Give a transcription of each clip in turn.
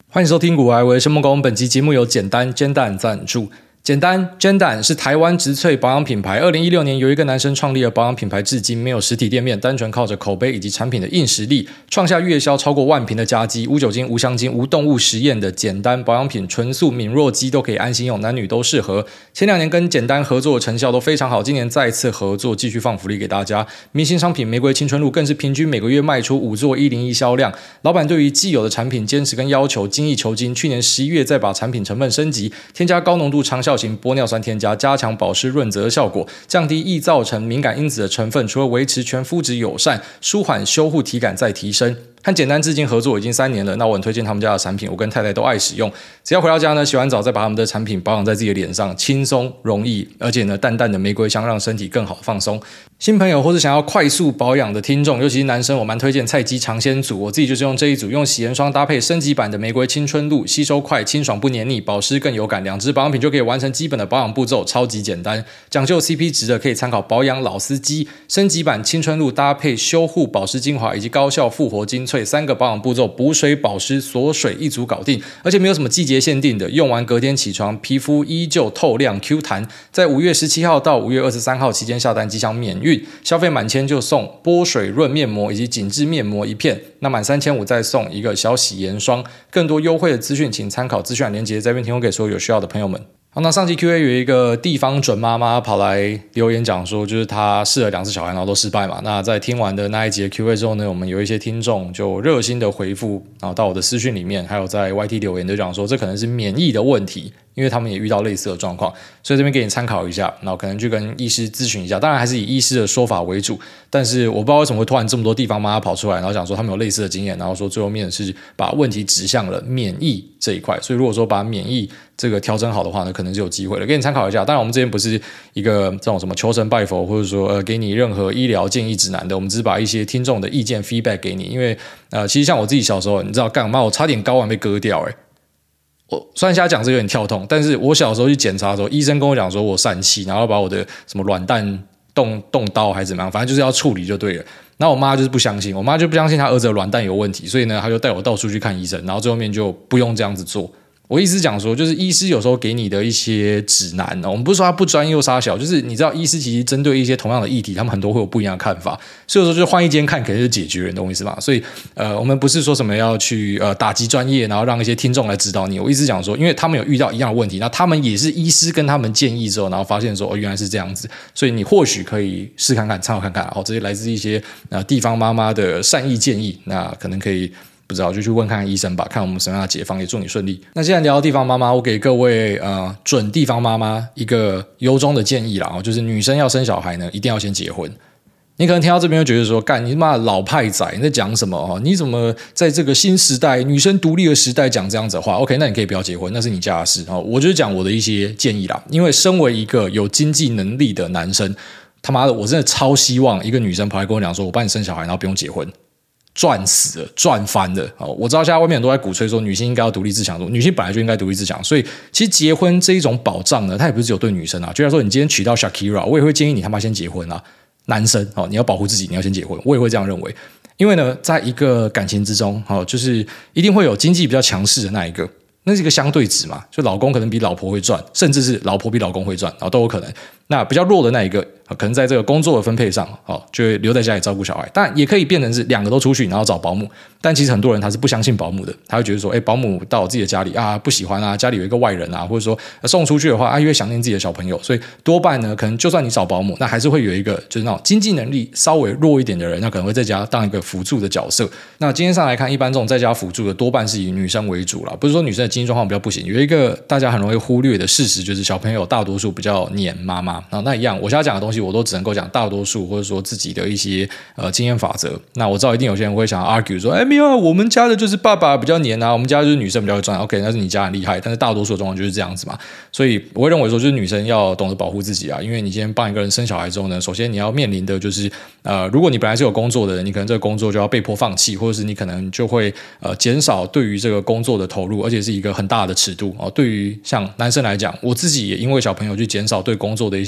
欢迎收听股癌微生梦工，本期节目由简单煎蛋赞助。简单煎蛋是台湾植萃保养品牌，2016年由一个男生创立了保养品牌，至今没有实体店面，单纯靠着口碑以及产品的硬实力，创下月销超过10000瓶的佳绩。无酒精、无香精、无动物实验的简单保养品，纯素敏弱肌都可以安心用，男女都适合。前2年跟简单合作的成效都非常好，今年再次合作，继续放福利给大家。明星商品玫瑰青春露更是平均每个月卖出5座101销量。老板对于既有的产品坚持跟要求，精益求精。去年11月再把产品成分升级，添加高浓度长效型玻尿酸添加，加强保湿润泽的效果，降低易造成敏感因子的成分，除了维持全肤质友善，舒缓修护体感再提升。和简单至今合作已经3年了，那我很推荐他们家的产品，我跟太太都爱使用。只要回到家呢，洗完澡再把他们的产品保养在自己的脸上，轻松容易，而且呢，淡淡的玫瑰香让身体更好放松。新朋友或是想要快速保养的听众，尤其是男生，我蛮推荐菜鸡尝鲜组。我自己就是用这一组，用洗颜霜搭配升级版的玫瑰青春露，吸收快、清爽不黏腻，保湿更有感。2支保养品就可以完成基本的保养步骤，超级简单。讲究 CP 值的可以参考保养老司机。升级版青春露搭配修护保湿精华以及高效复活精粹，3个保养步骤，补水、保湿、锁水一组搞定，而且没有什么季节限定的，用完隔天起床，皮肤依旧透亮 Q 弹。在5月17号到5月23号期间下单即享免运，消费满1000就送波水润面膜以及紧致面膜1片，那满3500再送一个小洗颜霜。更多优惠的资讯，请参考资讯栏连结，在这边提供给所有有需要的朋友们。好，那上期 Q&A 有一个地方准妈妈跑来留言讲说，就是她试了2次小孩，然后都失败嘛。那在听完的那一集的 Q&A 之后呢，我们有一些听众就热心的回复，然后到我的私讯里面，还有在 YT 留言就讲说，这可能是免疫的问题，因为他们也遇到类似的状况，所以这边给你参考一下，然后可能去跟医师咨询一下，当然还是以医师的说法为主，但是我不知道为什么会突然这么多地方妈妈跑出来，然后讲说他们有类似的经验，然后说最后面是把问题指向了免疫这一块，所以如果说把免疫这个调整好的话呢，可能是有机会的，给你参考一下。当然我们这边不是一个这种什么求神拜佛，或者说给你任何医疗建议指南的，我们只是把一些听众的意见 feedback 给你，因为其实像我自己小时候，你知道干嘛我差点睾丸被割掉我虽然现在讲这个有点跳痛，但是我小时候去检查的时候，医生跟我讲说我疝气，然后把我的什么卵蛋动刀还是怎么样，反正就是要处理就对了。然后我妈就是不相信，我妈就不相信她儿子的卵蛋有问题，所以呢，她就带我到处去看医生，然后最后面就不用这样子做。我意思讲说，就是医师有时候给你的一些指南，我们不是说他不专业又杀小，就是你知道医师其实针对一些同样的议题，他们很多会有不一样的看法，所以说就是换一间看肯定是解决，你懂我意思吗？所以我们不是说什么要去打击专业，然后让一些听众来指导你。我意思讲说，因为他们有遇到一样的问题，那他们也是医师跟他们建议之后，然后发现说原来是这样子，所以你或许可以试看看，参考看看，这些来自一些地方妈妈的善意建议，那可能可以。不知道就去问看看医生吧，看我们什么样的解方，也祝你顺利。那既然聊到地方妈妈，我给各位准地方妈妈一个由衷的建议啦，就是女生要生小孩呢，一定要先结婚。你可能听到这边就觉得说，干你他妈老派仔你在讲什么？你怎么在这个新时代女生独立的时代讲这样子的话 ？OK， 那你可以不要结婚，那是你家的事。我就是讲我的一些建议啦，因为身为一个有经济能力的男生，他妈的我真的超希望一个女生跑来跟我讲说，我帮你生小孩，然后不用结婚。赚死了，赚翻了！我知道现在外面很多在鼓吹说女性应该要独立自强，女性本来就应该独立自强，所以其实结婚这一种保障呢，它也不是只有对女生啊。就像说你今天娶到 Shakira， 我也会建议你他妈先结婚啊，男生你要保护自己，你要先结婚，我也会这样认为。因为呢，在一个感情之中，就是一定会有经济比较强势的那一个，那是一个相对值嘛，就老公可能比老婆会赚，甚至是老婆比老公会赚，都有可能。那比较弱的那一个，可能在这个工作的分配上，就会留在家里照顾小孩。当然也可以变成是2个都出去，然后找保姆。但其实很多人他是不相信保姆的，他会觉得说，保姆到我自己的家里啊，不喜欢啊，家里有一个外人啊，或者说送出去的话，因为想念自己的小朋友，所以多半呢，可能就算你找保姆，那还是会有一个就是那种经济能力稍微弱一点的人，那可能会在家当一个辅助的角色。那今天上来看，一般这种在家辅助的多半是以女生为主啦，不是说女生的经济状况比较不行。有一个大家很容易忽略的事实，就是小朋友大多数比较黏妈妈。那一样，我现在讲的东西我都只能够讲大多数，或者说自己的一些经验法则。那我知道一定有些人会想要 argue 说，没有啊，我们家的就是爸爸比较黏啊，我们家就是女生比较会赚。OK， 那是你家很厉害，但是大多数的状况就是这样子嘛。所以我会认为说，就是女生要懂得保护自己啊，因为你今天帮一个人生小孩之后呢，首先你要面临的就是如果你本来是有工作的人，你可能这个工作就要被迫放弃，或者是你可能就会减少对于这个工作的投入，而且是一个很大的尺度对于像男生来讲，我自己也因为小朋友去减少对工作的一些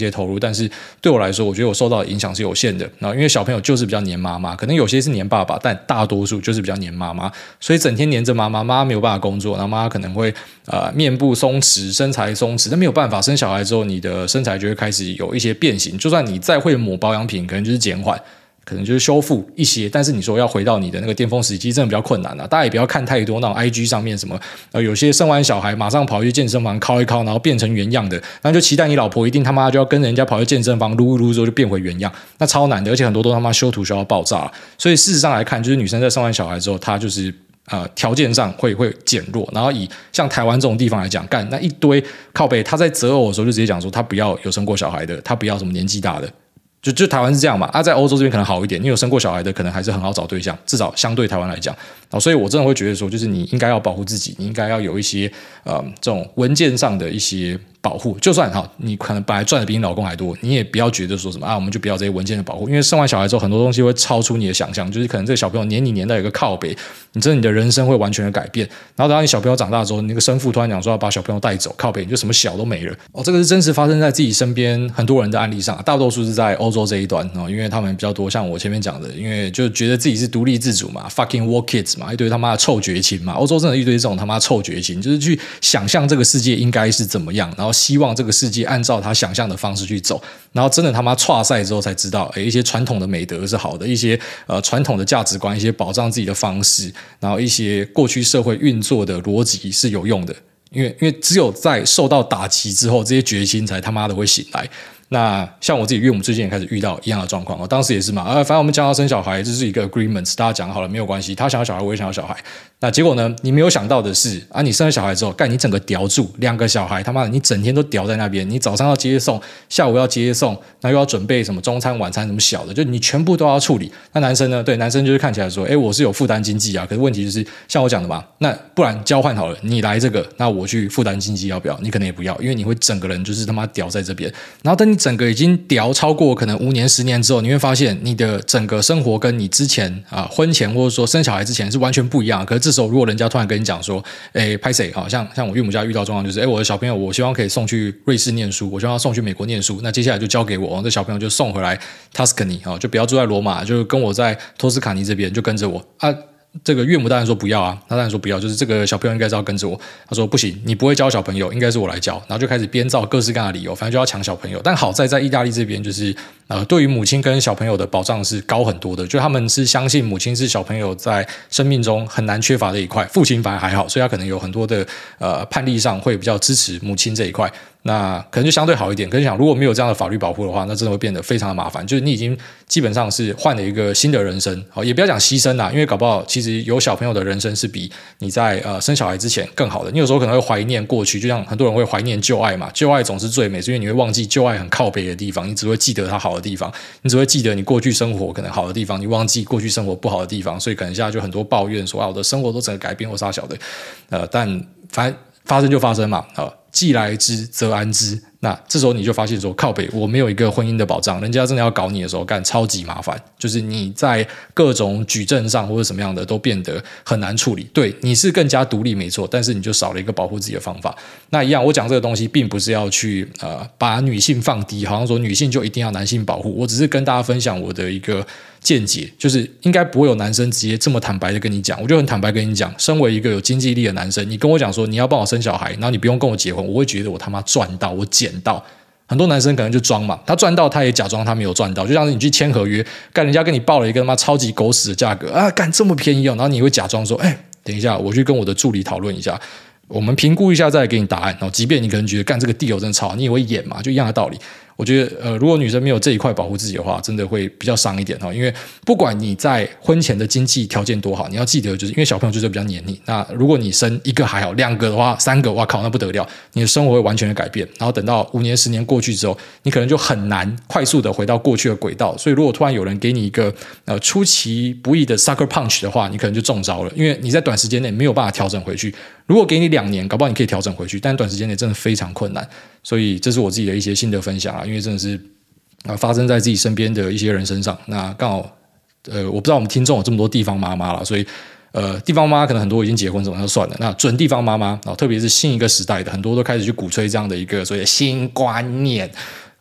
些投入，但是对我来说，我觉得我受到的影响是有限的。因为小朋友就是比较黏妈妈，可能有些是黏爸爸，但大多数就是比较黏妈妈，所以整天黏着妈妈，妈妈没有办法工作，然后妈妈可能会面部松弛、身材松弛，但没有办法，生小孩之后你的身材就会开始有一些变形，就算你再会抹保养品，可能就是减缓。可能就是修复一些，但是你说要回到你的那个巅峰时期，真的比较困难啊！大家也不要看太多那种 IG 上面什么，有些生完小孩马上跑去健身房敲一敲，然后变成原样的，然后就期待你老婆一定他妈就要跟人家跑去健身房撸一撸之后就变回原样，那超难的，而且很多都他妈修图修到爆炸了。所以事实上来看，就是女生在生完小孩之后，她就是条件上会减弱，然后以像台湾这种地方来讲，干那一堆靠北，她在择偶的时候就直接讲说，她不要有生过小孩的，她不要什么年纪大的。就台湾是这样嘛，在欧洲这边可能好一点，你有生过小孩的可能还是很好找对象，至少相对台湾来讲。所以我真的会觉得说，就是你应该要保护自己，你应该要有一些这种文件上的一些保护。就算你可能本来赚的比你老公还多，你也不要觉得说什么我们就不要这些文件的保护，因为生完小孩之后很多东西会超出你的想象，就是可能这个小朋友黏你黏到有个靠北，你的人生会完全的改变。然后等到你小朋友长大之后，你那个生父突然讲说要把小朋友带走，靠北你就什么小都没了。这个是真实发生在自己身边很多人的案例上，大多数是在欧洲这一端因为他们比较多像我前面讲的，因为就觉得自己是独立自主嘛 ，fucking war kids 嘛，一堆他妈的臭绝情嘛，欧洲真的一堆这种他妈臭绝情，就是去想象这个世界应该是怎么样，然后希望这个世界按照他想象的方式去走，然后真的他妈挫赛之后才知道，一些传统的美德是好的，一些传统的价值观，一些保障自己的方式，然后一些过去社会运作的逻辑是有用的，因为只有在受到打击之后，这些决心才他妈的会醒来。那像我自己岳母最近也开始遇到一样的状况，我当时也是嘛，反正我们讲到生小孩，这是一个 agreement， 大家讲好了没有关系，他想要小孩，我也想要小孩。那结果呢，你没有想到的是你生了小孩之后，干你整个叼住2个小孩，他妈的你整天都叼在那边，你早上要接送，下午要接送，然后又要准备什么中餐晚餐什么小的，就你全部都要处理。那男生呢？对，男生就是看起来说我是有负担经济啊，可是问题就是像我讲的嘛，那不然交换好了，你来这个，那我去负担经济要不要？你可能也不要，因为你会整个人就是他妈叼在这边，然后等你整个已经叼超过可能5年10年之后，你会发现你的整个生活跟你之前婚前或者说生小孩之前是完全不一样的。可是这时候如果人家突然跟你讲说拍谁像我岳母家遇到状况就是我的小朋友我希望可以送去瑞士念书，我希望要送去美国念书，那接下来就交给我，这小朋友就送回来 Tuscany 就不要住在罗马，就跟我在托斯卡尼这边就跟着我这个岳母当然说不要他当然说不要，就是这个小朋友应该是要跟着我。他说不行，你不会教小朋友，应该是我来教。然后就开始编造各式各样的理由，反正就要抢小朋友。但好在意大利这边就是对于母亲跟小朋友的保障是高很多的，就他们是相信母亲是小朋友在生命中很难缺乏的一块，父亲反而还好，所以他可能有很多的判例上会比较支持母亲这一块。那可能就相对好一点，可是想如果没有这样的法律保护的话，那真的会变得非常的麻烦，就是你已经基本上是换了一个新的人生，也不要讲牺牲啦，因为搞不好其实有小朋友的人生是比你在生小孩之前更好的。你有时候可能会怀念过去，就像很多人会怀念旧爱嘛，旧爱总是最美，是因为你会忘记旧爱很靠北的地方，你只会记得它好的地方，你只会记得你过去生活可能好的地方，你忘记过去生活不好的地方，所以可能现在就很多抱怨说我的生活都整个改变或啥小的，但反正发生就发生嘛，既来之则安之。那这时候你就发现说靠北我没有一个婚姻的保障，人家真的要搞你的时候干超级麻烦，就是你在各种举证上或者什么样的都变得很难处理。对，你是更加独立没错，但是你就少了一个保护自己的方法。那一样我讲这个东西并不是要去把女性放低，好像说女性就一定要男性保护，我只是跟大家分享我的一个见解，就是应该不会有男生直接这么坦白的跟你讲，我就很坦白跟你讲，身为一个有经济力的男生，你跟我讲说你要帮我生小孩，然后你不用跟我结婚，我会觉得我他妈赚到，我捡到。很多男生可能就装嘛，他赚到他也假装他没有赚到，就像是你去签合约，干人家跟你报了一个他妈超级狗屎的价格干这么便宜然后你会假装说等一下我去跟我的助理讨论一下，我们评估一下再来给你答案。然后即便你可能觉得干这个 deal 真的超好，你也会演嘛，就一样的道理。我觉得如果女生没有这一块保护自己的话，真的会比较伤一点因为不管你在婚前的经济条件多好，你要记得就是因为小朋友就是比较黏你，那如果你生1个还好，2个的话3个哇靠那不得了，你的生活会完全的改变，然后等到5年10年过去之后，你可能就很难快速的回到过去的轨道。所以如果突然有人给你一个出其不意的 sucker punch 的话，你可能就中招了，因为你在短时间内没有办法调整回去。如果给你2年搞不好你可以调整回去，但短时间内真的非常困难。所以这是我自己的一些心得分享因为真的是发生在自己身边的一些人身上。那刚好我不知道我们听众有这么多地方妈妈啦，所以地方妈妈可能很多已经结婚什么就算了，那准地方妈妈特别是新一个时代的很多都开始去鼓吹这样的一个所谓的新观念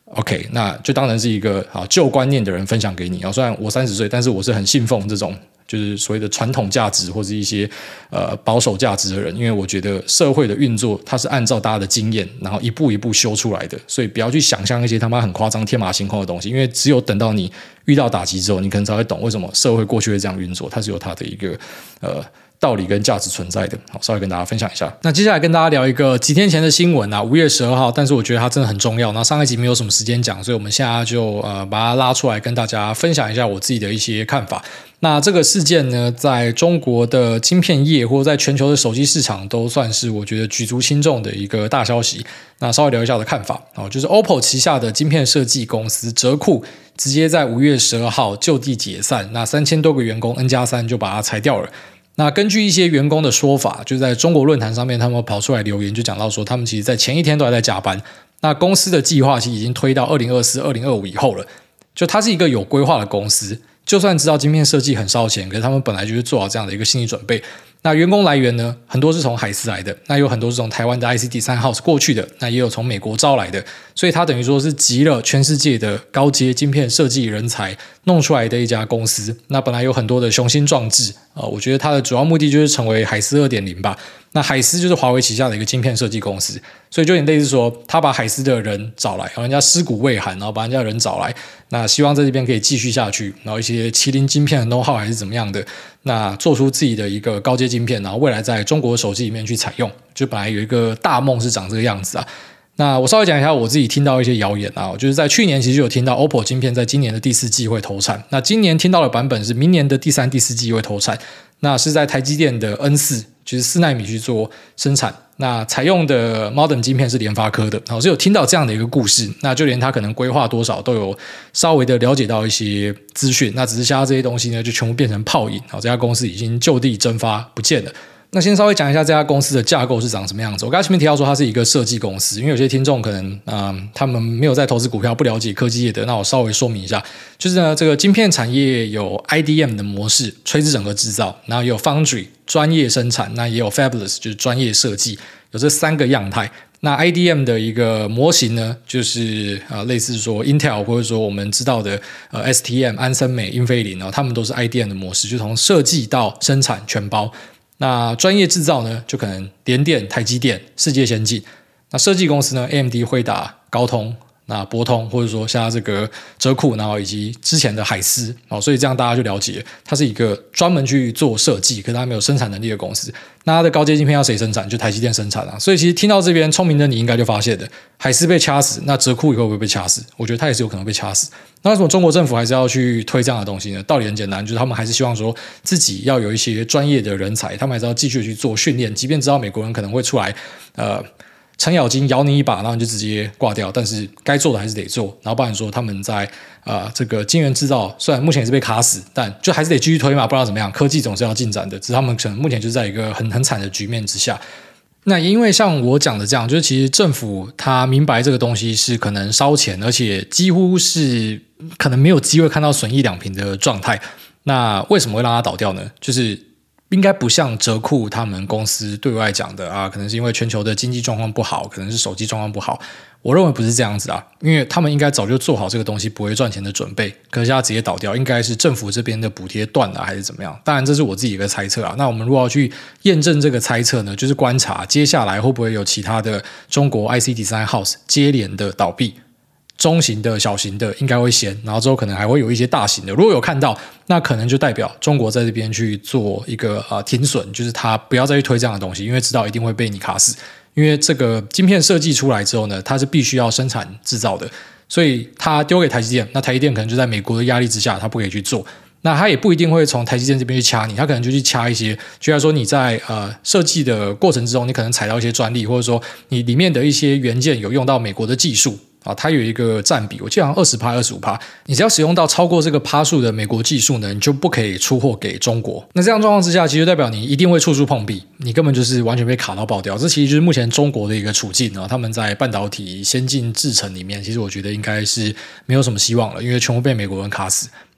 OK， 那就当成是一个旧观念的人分享给你虽然我30岁，但是我是很信奉这种就是所谓的传统价值或是一些保守价值的人，因为我觉得社会的运作它是按照大家的经验，然后一步一步修出来的，所以不要去想象一些他妈很夸张天马行空的东西，因为只有等到你遇到打击之后，你可能才会懂为什么社会过去会这样运作，它是有它的一个道理跟价值存在的。好，稍微跟大家分享一下。那接下来跟大家聊一个几天前的新闻5月12号，但是我觉得它真的很重要。那上一集没有什么时间讲，所以我们现在就把它拉出来跟大家分享一下我自己的一些看法。那这个事件呢，在中国的晶片业或者在全球的手机市场都算是我觉得举足轻重的一个大消息。那稍微聊一下我的看法就是 OPPO 旗下的晶片设计公司折库直接在5月12号就地解散，那3000多个员工 N+3 就把它裁掉了。那根据一些员工的说法，就在中国论坛上面他们跑出来留言，就讲到说他们其实在前一天都还在加班，那公司的计划其实已经推到2024、2025以后了，就它是一个有规划的公司，就算知道晶片设计很烧钱，可是他们本来就是做好这样的一个心理准备。那员工来源呢，很多是从海思来的，那有很多是从台湾的 IC Design House 过去的，那也有从美国招来的，所以它等于说是集了全世界的高阶晶片设计人才弄出来的一家公司。那本来有很多的雄心壮志我觉得它的主要目的就是成为海思 2.0 吧。那海思就是华为旗下的一个晶片设计公司，所以就有点类似说他把海思的人找来，人家尸骨未寒，然后把人家的人找来，那希望在这边可以继续下去，然后一些麒麟晶片的 know how 还是怎么样的，那做出自己的一个高阶晶片，然后未来在中国手机里面去采用，就本来有一个大梦是长这个样子那我稍微讲一下我自己听到一些谣言就是在去年其实就有听到 OPPO 晶片在今年的第4季会投产，那今年听到的版本是明年的第3、第4季会投产，那是在台积电的 N4 就是4奈米去做生产，那采用的 Modem 晶片是联发科的，是有听到这样的一个故事，那就连他可能规划多少都有稍微的了解到一些资讯，那只是现在这些东西呢就全部变成泡影，这家公司已经就地蒸发不见了。那先稍微讲一下这家公司的架构是长什么样子。我刚才前面提到说它是一个设计公司，因为有些听众可能他们没有在投资股票，不了解科技业的，那我稍微说明一下，就是呢这个晶片产业有 IDM 的模式，垂直整合制造，然后也有 Foundry 专业生产，那也有 Fabless 就是专业设计，有这3个样态。那 IDM 的一个模型呢，就是类似说 Intel 或者说我们知道的STM 安森美、英飞凌他们都是 IDM 的模式，就从设计到生产全包。那专业制造呢，就可能联电、台积电、世界先进。那设计公司呢 ，AMD、辉达、高通、那博通，或者说像这个折库，然后以及之前的海思所以这样大家就了解，它是一个专门去做设计，可是它没有生产能力的公司。那它的高阶晶片要谁生产？就台积电生产所以其实听到这边，聪明的你应该就发现的，海思被掐死，那折库以后会不会被掐死？我觉得它也是有可能被掐死。那为什么中国政府还是要去推这样的东西呢？道理很简单，就是他们还是希望说自己要有一些专业的人才，他们还是要继续去做训练，即便知道美国人可能会出来程咬金咬你一把，然后你就直接挂掉，但是该做的还是得做。然后不然说他们在这个晶圆制造虽然目前也是被卡死，但就还是得继续推嘛，不知道怎么样，科技总是要进展的，只是他们可能目前就是在一个很惨的局面之下。那因为像我讲的这样，就是其实政府他明白这个东西是可能烧钱，而且几乎是可能没有机会看到损益两平的状态。那为什么会让它倒掉呢？就是应该不像折库他们公司对外讲的可能是因为全球的经济状况不好，可能是手机状况不好。我认为不是这样子因为他们应该早就做好这个东西不会赚钱的准备，可是它直接倒掉，应该是政府这边的补贴断了还是怎么样？当然这是我自己一个猜测那我们如果要去验证这个猜测呢，就是观察接下来会不会有其他的中国 IC Design House 接连的倒闭。中型的、小型的应该会先，然后之后可能还会有一些大型的。如果有看到，那可能就代表中国在这边去做一个停损，就是他不要再去推这样的东西，因为知道一定会被你卡死。因为这个晶片设计出来之后呢，它是必须要生产制造的，所以它丢给台积电，那台积电可能就在美国的压力之下，它不可以去做。那他也不一定会从台积电这边去掐你，他可能就去掐一些，就像说你在设计的过程之中，你可能踩到一些专利，或者说你里面的一些元件有用到美国的技术它有一个占比，我记得好像 20%、25%， 你只要使用到超过这个趴数的美国技术呢，你就不可以出货给中国。那这样状况之下，其实代表你一定会处处碰壁，你根本就是完全被卡到爆掉。这其实就是目前中国的一个处境他们在半导体先进制程里面，其实我觉得应该是没有什么希望了，因为全部被美国人卡死。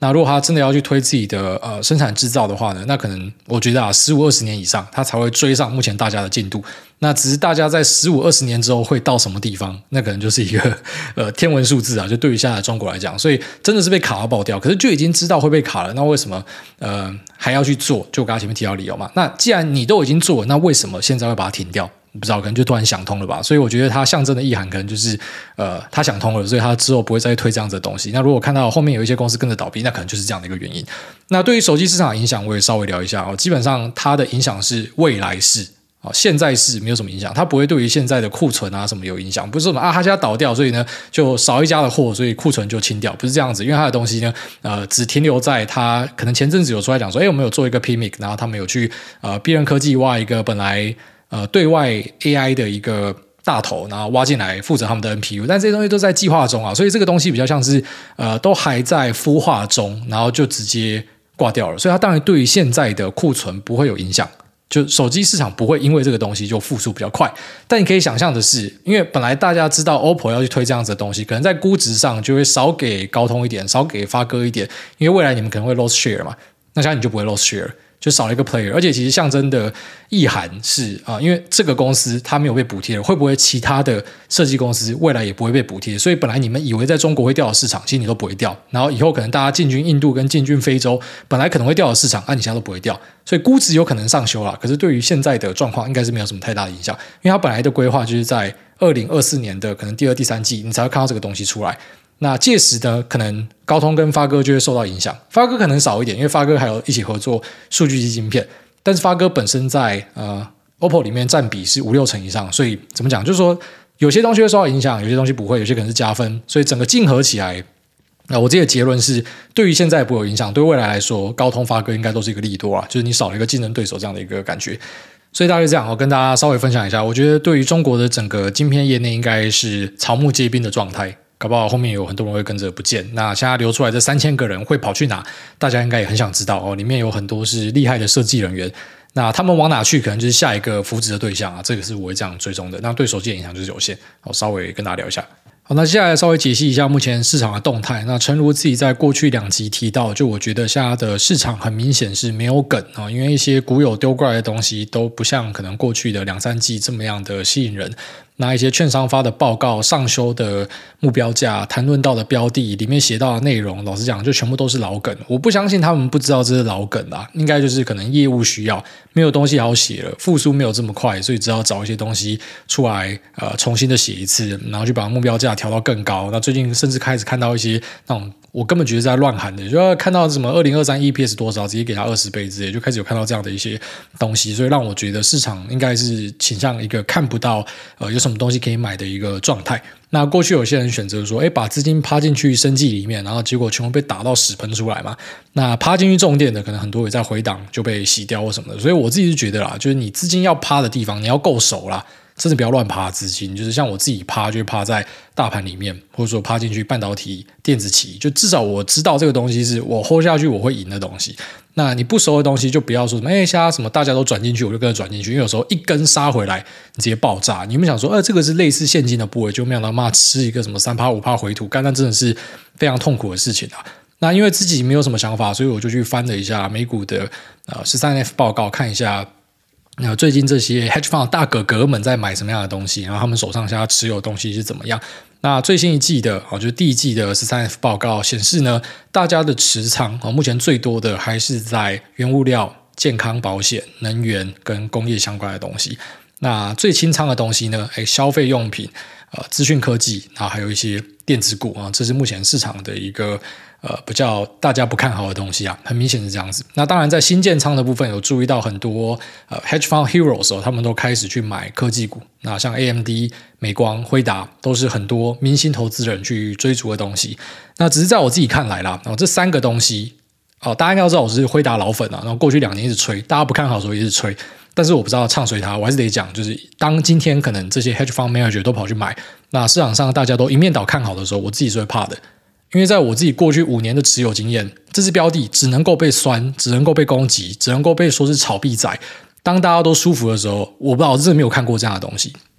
那如果他真的要去推自己的生产制造的话呢，那可能我觉得15-20年以上他才会追上目前大家的进度。那只是大家在15-20年之后会到什么地方，那可能就是一个天文数字啊，就对于现在的中国来讲，所以真的是被卡到爆掉，可是就已经知道会被卡了，那为什么还要去做？就我刚才前面提到理由嘛，那既然你都已经做了，那为什么现在会把它停掉？不知道，可能就突然想通了吧。所以我觉得它象征的意涵可能就是他想通了，所以他之后不会再推这样子的东西。那如果看到后面有一些公司跟着倒闭，那可能就是这样的一个原因。那对于手机市场的影响我也稍微聊一下基本上它的影响是未来式，现在是没有什么影响，它不会对于现在的库存啊什么有影响，不是什么它现在倒掉，所以呢就少一家的货，所以库存就清掉，不是这样子。因为它的东西呢只停留在它可能前阵子有出来讲说我们有做一个 PMIC， 然后他们有去必然科技挖一个本来对外 AI 的一个大头，然后挖进来负责他们的 NPU， 但这些东西都在计划中所以这个东西比较像是都还在孵化中，然后就直接挂掉了，所以它当然对于现在的库存不会有影响，就手机市场不会因为这个东西就复苏比较快。但你可以想象的是，因为本来大家知道 OPPO 要去推这样子的东西，可能在估值上就会少给高通一点，少给发哥一点，因为未来你们可能会 lost share 嘛，那现在你就不会 lost share，就少了一个 player。 而且其实象征的意涵是因为这个公司它没有被补贴了，会不会其他的设计公司未来也不会被补贴？所以本来你们以为在中国会掉的市场，其实你都不会掉，然后以后可能大家进军印度跟进军非洲本来可能会掉的市场你现在都不会掉，所以估值有可能上修啦。可是对于现在的状况应该是没有什么太大的影响，因为它本来的规划就是在2024年的可能第2、第3季你才会看到这个东西出来。那届时呢，可能高通跟发哥就会受到影响，发哥可能少一点，因为发哥还有一起合作数据晶片，但是发哥本身在OPPO 里面占比是5-6成以上，所以怎么讲，就是说有些东西会受到影响，有些东西不会，有些可能是加分，所以整个竞合起来我自己的结论是，对于现在不会有影响，对未来来说高通发哥应该都是一个利多啦，就是你少了一个竞争对手这样的一个感觉。所以大概这样我跟大家稍微分享一下，我觉得对于中国的整个晶片业内应该是草木皆兵的状态，搞不好后面有很多人会跟着不见。那现在流出来这3000个人会跑去哪，大家应该也很想知道里面有很多是厉害的设计人员，那他们往哪去可能就是下一个扶植的对象这个是我会这样追踪的。那对手机的影响就是有限，我稍微跟大家聊一下。好，那接下来稍微解析一下目前市场的动态。那诚如自己在过去2集提到，就我觉得现在的市场很明显是没有梗因为一些股友丢过来的东西都不像可能过去的2、3季这么样的吸引人。那一些券商发的报告、上修的目标价、谈论到的标的里面写到的内容，老实讲就全部都是老梗。我不相信他们不知道这是老梗啦，应该就是可能业务需要，没有东西好写了，复苏没有这么快，所以只要找一些东西出来重新的写一次，然后就把目标价调到更高。那最近甚至开始看到一些那种我根本觉得在乱喊的，就要看到什么2023 EPS 多少直接给他20倍之类，就开始有看到这样的一些东西，所以让我觉得市场应该是倾向一个看不到有什么东西可以买的一个状态。那过去有些人选择说把资金趴进去生技里面，然后结果全部被打到屎喷出来嘛，那趴进去重点的可能很多也在回档就被洗掉或什么的。所以我自己是觉得啦，就是你资金要趴的地方你要够熟啦，甚至不要乱趴资金，就是像我自己趴就会趴在大盘里面，或者说趴进去半导体电子期，就至少我知道这个东西是我 hold 下去我会赢的东西。那你不熟的东西就不要说什么现在什么大家都转进去我就跟着转进去，因为有时候一根杀回来你直接爆炸，你们想说这个是类似现金的部位，就没想到吃一个什么 3%、5% 回吐，那真的是非常痛苦的事情啊。那因为自己没有什么想法，所以我就去翻了一下美股的13F 报告，看一下最近这些 hedge fund 大哥哥们在买什么样的东西，然后他们手上现在持有的东西是怎么样。那最新一季的就是第一季的 13F 报告显示呢，大家的持仓目前最多的还是在原物料、健康保险、能源跟工业相关的东西。那最清仓的东西呢，消费用品、资讯科技，然后还有一些电子股这是目前市场的一个比较大家不看好的东西很明显是这样子。那当然在新建仓的部分有注意到很多hedge fund heroes 他们都开始去买科技股，那像 AMD、美光、辉达都是很多明星投资人去追逐的东西。那只是在我自己看来啦，这3个东西大家应该知道我是辉达老粉然后过去2年一直吹，大家不看好的时候也是吹，但是我不知道唱衰它，我还是得讲，就是当今天可能这些 hedge fund manager 都跑去买，那市场上大家都一面倒看好的时候，我自己是会怕的。因为在我自己过去5年的持有经验，这支标的只能够被酸，只能够被攻击，只能够被说是炒币仔。当大家都舒服的时候，我不知道，我真的没有看过这样的东西。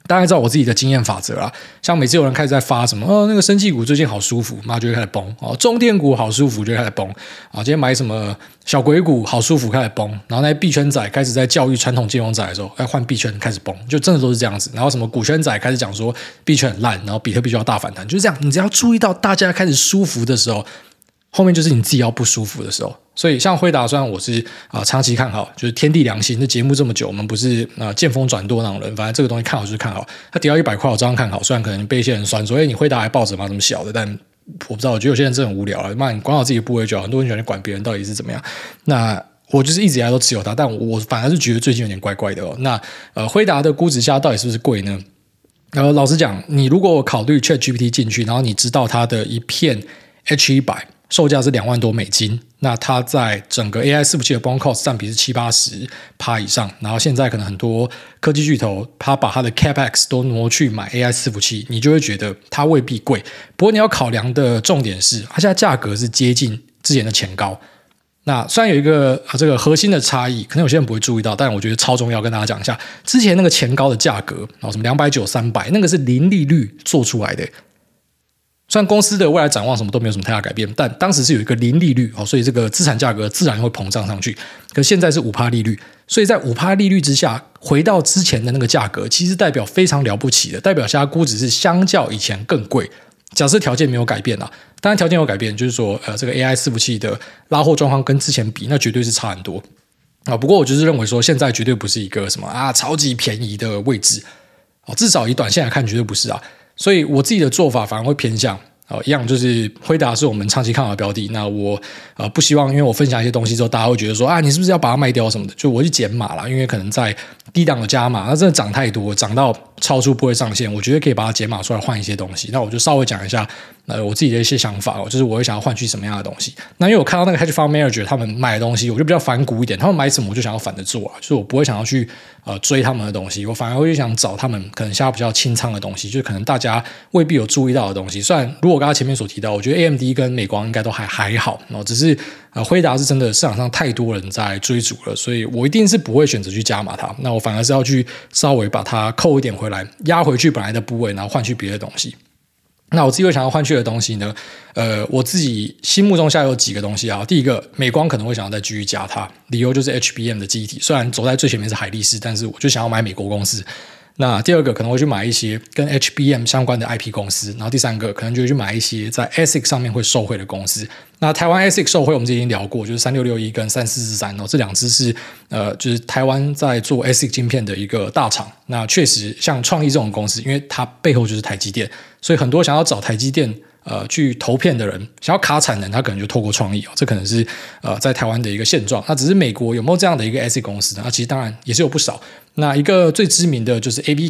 大概照我自己的经验法则啦，像每次有人开始在发什么那个生技股最近好舒服，就会开始崩中电股好舒服就会开始崩今天买什么小鬼股好舒服开始崩，然后那些币圈仔开始在教育传统金融仔的时候换币圈开始崩，就真的都是这样子。然后什么股圈仔开始讲说币圈很烂，然后比特币就要大反弹，就是这样。你只要注意到大家开始舒服的时候，后面就是你自己要不舒服的时候。所以像辉达，虽然我是长期看好，就是天地良心，这节目这么久，我们不是见风转舵那种人，反正这个东西看好就是看好。它跌到100块，我照样看好。虽然可能被一些人酸说，你辉达还抱着吗？这么小的，但我不知道，我觉得有些人真的很无聊了。你管好自己的部位就好，很多人喜欢管别人到底是怎么样。那我就是一直以来都持有它，但我反而是觉得最近有点怪怪的那辉达的估值下到底是不是贵呢？老实讲，你如果考虑 ChatGPT 进去，然后你知道它的一片 H100售价是$2万多，那它在整个 AI 伺服器的 BOM cost 占比是70-80% 以上，然后现在可能很多科技巨头它把它的 CapEx 都挪去买 AI 伺服器，你就会觉得它未必贵。不过你要考量的重点是，它现在价格是接近之前的前高。那虽然有一个这个核心的差异，可能有些人不会注意到，但我觉得超重要，跟大家讲一下。之前那个前高的价格什么290、300，那个是零利率做出来的。虽然公司的未来展望什么都没有什么太大改变，但当时是有一个零利率所以这个资产价格自然会膨胀上去。可是现在是 5% 利率，所以在 5% 利率之下回到之前的那个价格，其实代表非常了不起的，代表现在估值是相较以前更贵。假设条件没有改变当然条件有改变，就是说这个 AI 伺服器的拉货状况跟之前比，那绝对是差很多不过我就是认为说，现在绝对不是一个什么超级便宜的位置至少以短线来看绝对不是所以我自己的做法反而会偏向一样，就是辉达是我们长期看好的标的。那我不希望因为我分享一些东西之后，大家会觉得说你是不是要把它卖掉什么的，就我去减码啦，因为可能在低档的加码，那真的涨太多，涨到超出部位上限，我觉得可以把它减码出来换一些东西。那我就稍微讲一下我自己的一些想法就是我会想要换取什么样的东西。那因为我看到那个 hedge fund manager 他们买的东西，我就比较反骨一点，他们买什么我就想要反着做就是我不会想要去追他们的东西，我反而会想找他们可能现在比较清仓的东西，就是可能大家未必有注意到的东西。虽然如果我刚才前面所提到，我觉得 AMD 跟美光应该都还好只是辉达是真的市场上太多人在追逐了，所以我一定是不会选择去加码它。那我反而是要去稍微把它扣一点回来，压回去本来的部位，然后换去别的东西。那我自己会想要换去的东西呢我自己心目中下有几个东西第一个，美光可能会想要再继续加它，理由就是 HBM 的记忆体，虽然走在最前面是海力士，但是我就想要买美国公司。那第二个可能会去买一些跟 HBM 相关的 IP 公司，然后第三个可能就会去买一些在 ASIC 上面会受惠的公司。那台湾 ASIC 受惠我们之前已经聊过，就是3661跟3443这两支是就是台湾在做 ASIC 晶片的一个大厂。那确实像创意这种公司，因为它背后就是台积电，所以很多想要找台积电去投片的人，想要卡产能，他可能就透过创意这可能是在台湾的一个现状。那只是美国有没有这样的一个 ASIC 公司呢？其实当然也是有不少。那一个最知名的就是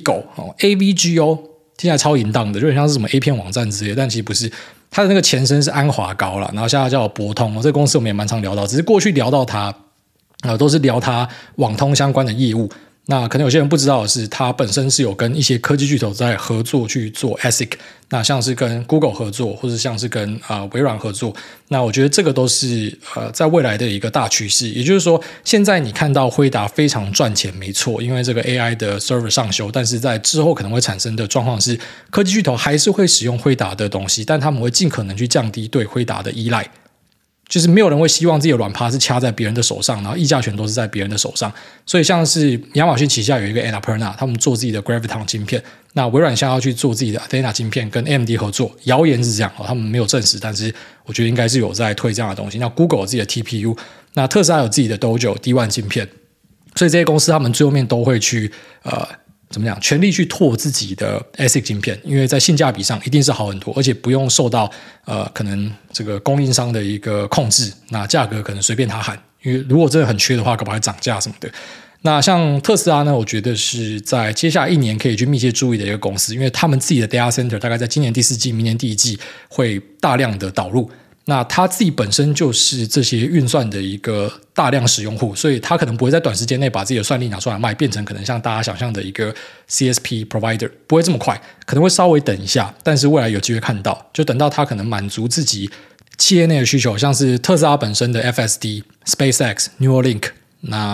AVGO，AVGO 听起来超淫荡的，就很像是什么 A 片网站之类的，但其实不是。它的那个前身是安华高啦，然后现在叫博通这个公司我们也蛮常聊到，只是过去聊到它都是聊它网通相关的业务。那可能有些人不知道的是，它本身是有跟一些科技巨头在合作去做 ASIC， 那像是跟 Google 合作，或者像是跟微软合作。那我觉得这个都是在未来的一个大趋势。也就是说，现在你看到辉达非常赚钱没错，因为这个 AI 的 server 上修，但是在之后可能会产生的状况是，科技巨头还是会使用辉达的东西，但他们会尽可能去降低对辉达的依赖。就是没有人会希望自己的软趴是掐在别人的手上，然后议价权都是在别人的手上。所以像是亚马逊旗下有一个 Annapurna， 他们做自己的 Graviton 晶片，那微软现在要去做自己的 Athena 晶片跟 AMD 合作，谣言是这样他们没有证实，但是我觉得应该是有在推这样的东西。那 Google 有自己的 TPU， 那特斯拉有自己的 Dojo D1 晶片，所以这些公司他们最后面都会去怎么讲，全力去拓自己的 ASIC 晶片，因为在性价比上一定是好很多，而且不用受到可能这个供应商的一个控制，那价格可能随便他喊，因为如果真的很缺的话，搞不好会涨价什么的。那像特斯拉呢，我觉得是在接下来1年可以去密切注意的一个公司，因为他们自己的 data center 大概在今年第4季、明年第1季会大量的导入。那他自己本身就是这些运算的一个大量使用户，所以他可能不会在短时间内把自己的算力拿出来卖，变成可能像大家想象的一个 CSP provider， 不会这么快，可能会稍微等一下，但是未来有机会看到，就等到他可能满足自己企业内的需求，像是特斯拉本身的 FSD、SpaceX、Neuralink， 那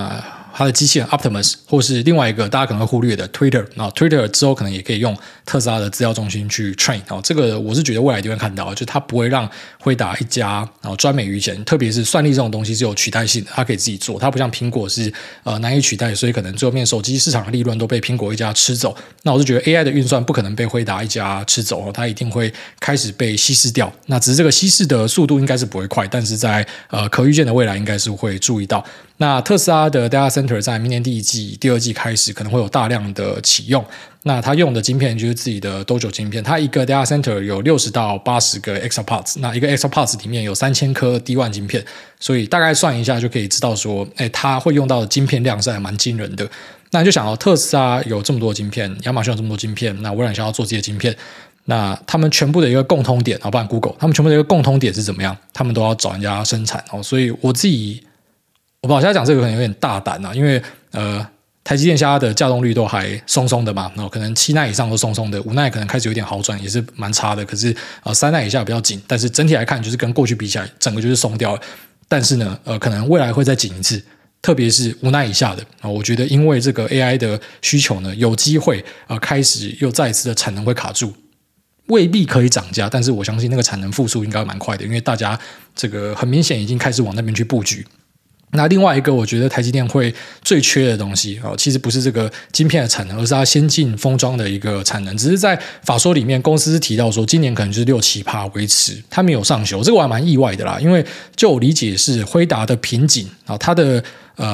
它的机器人 Optimus， 或是另外一个大家可能会忽略的 Twitter， 然后 Twitter 之后可能也可以用特斯拉的资料中心去 train， 这个我是觉得未来一定会看到，就是它不会让辉达一家专美于前，特别是算力这种东西是有取代性的，它可以自己做，它不像苹果是难以取代，所以可能最后面手机市场的利润都被苹果一家吃走。那我是觉得 AI 的运算不可能被辉达一家吃走，它一定会开始被稀释掉。那只是这个稀释的速度应该是不会快，但是在可预见的未来应该是会注意到。那特斯拉的 data center 在明年第一季、第二季开始可能会有大量的启用。那它用的晶片就是自己的 Dojo 晶片，它一个 data center 有60到80个 exapods， 那一个 exapods 里面有3000颗 D1 晶片，所以大概算一下就可以知道说，它会用到的晶片量是还蛮惊人的。那你就想到特斯拉有这么多晶片，亚马逊有这么多晶片，那微软想要做自己的晶片，那他们全部的一个共通点，包含 Google， 他们全部的一个共通点是怎么样？他们都要找人家生产所以我自己，我不知道现在讲这个可能有点大胆因为台积电现在的稼动率都还松松的嘛，可能7奈以上都松松的，5奈可能开始有点好转，也是蛮差的。可是3奈以下比较紧，但是整体来看，就是跟过去比起来，整个就是松掉了。但是呢，可能未来会再紧一次。特别是5奈以下的我觉得因为这个 AI 的需求呢，有机会开始又再一次的产能会卡住，未必可以涨价，但是我相信那个产能复苏应该蛮快的，因为大家这个很明显已经开始往那边去布局。那另外一个我觉得台积电会最缺的东西其实不是这个晶片的产能，而是它先进封装的一个产能。只是在法说里面公司提到说今年可能就是 6-7% 维持，它没有上修，这个我还蛮意外的啦，因为就我理解是辉达的瓶颈它的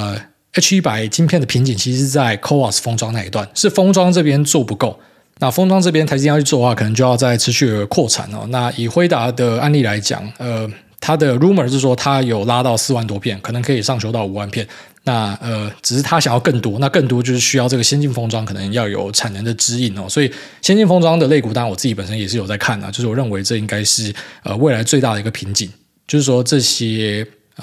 H100 晶片的瓶颈其实是在 CoWoS 封装那一段，是封装这边做不够。那封装这边台积电要去做的话，可能就要再持续的扩产那以辉达的案例来讲它的 rumor 是说它有拉到4万多片，可能可以上修到5万片。那只是它想要更多，那更多就是需要这个先进封装可能要有产能的指引所以先进封装的类股，当然我自己本身也是有在看就是我认为这应该是未来最大的一个瓶颈，就是说这些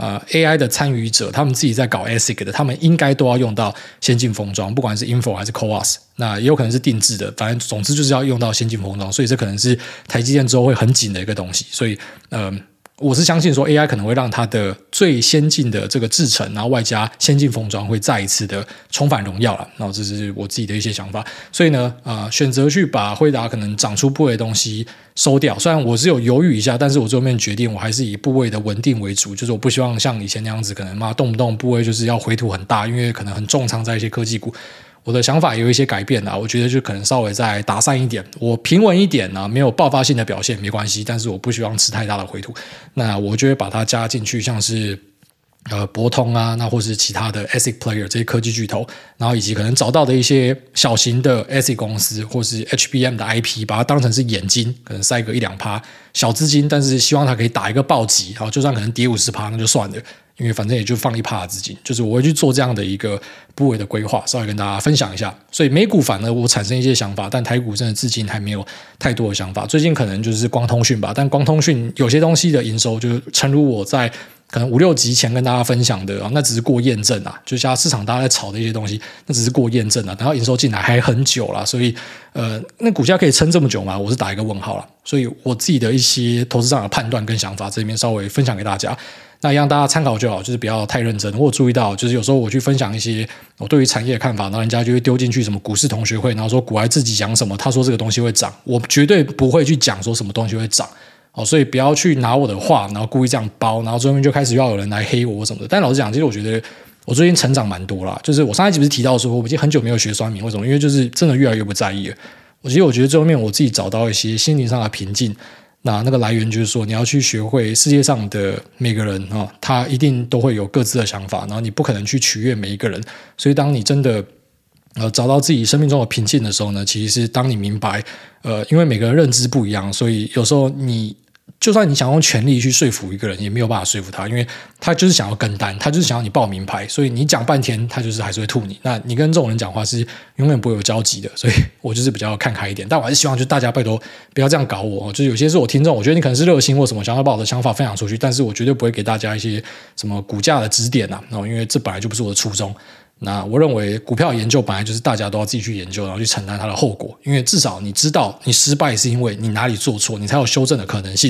AI 的参与者，他们自己在搞 ASIC 的，他们应该都要用到先进封装，不管是 Info 还是 CoWoS， 那也有可能是定制的，反正总之就是要用到先进封装，所以这可能是台积电之后会很紧的一个东西。所以我是相信说 AI 可能会让它的最先进的这个制程，然后外加先进封装会再一次的重返荣耀了。然后这是我自己的一些想法。所以呢，选择去把辉达可能长出部位的东西收掉，虽然我是有犹豫一下，但是我最后面决定我还是以部位的稳定为主，就是我不希望像以前那样子，可能动不动部位就是要回吐很大，因为可能很重仓在一些科技股。我的想法也有一些改变我觉得就可能稍微再打散一点，我平稳一点没有爆发性的表现没关系，但是我不希望吃太大的回吐，那我就会把它加进去，像是博通那或是其他的 ASIC player 这些科技巨头，然后以及可能找到的一些小型的 ASIC 公司或是 HBM 的 IP， 把它当成是眼睛，可能塞个 1-2% 小资金，但是希望它可以打一个暴击就算可能跌 50% 那就算了，因为反正也就放1% 的资金，就是我会去做这样的一个部位的规划，稍微跟大家分享一下。所以美股反而我产生一些想法，但台股真的至今还没有太多的想法。最近可能就是光通讯吧，但光通讯有些东西的营收，就是诚如我在可能5-6集前跟大家分享的那只是过验证就像市场大家在炒的一些东西，那只是过验证然后营收进来还很久啦，所以那股价可以撑这么久吗？我是打一个问号啦。所以我自己的一些投资上的判断跟想法，这里面稍微分享给大家。那让大家参考就好，就是不要太认真。我有注意到，就是有时候我去分享一些我对于产业的看法，然后人家就会丢进去什么股市同学会，然后说股癌自己讲什么，他说这个东西会涨，我绝对不会去讲说什么东西会涨所以不要去拿我的话，然后故意这样包，然后最后面就开始要有人来黑我什么的。但老实讲，其实我觉得我最近成长蛮多啦，就是我上一集不是提到说我已经很久没有学酸民，为什么？因为就是真的越来越不在意了。我觉得最后面我自己找到一些心灵上的平静。那个来源就是说，你要去学会世界上的每个人他一定都会有各自的想法，然后你不可能去取悦每一个人。所以当你真的找到自己生命中的平静的时候呢，其实是当你明白因为每个人认知不一样，所以有时候你就算你想用权力去说服一个人，也没有办法说服他，因为他就是想要跟单，他就是想要你报名牌，所以你讲半天他就是还是会吐你。那你跟这种人讲话是永远不会有交集的，所以我就是比较看开一点。但我还是希望就大家拜托不要这样搞我，就是有些是我听众，我觉得你可能是热心或什么想要把我的想法分享出去，但是我绝对不会给大家一些什么股价的指点因为这本来就不是我的初衷。那我认为股票研究本来就是大家都要自己去研究，然后去承担它的后果，因为至少你知道你失败是因为你哪里做错，你才有修正的可能性。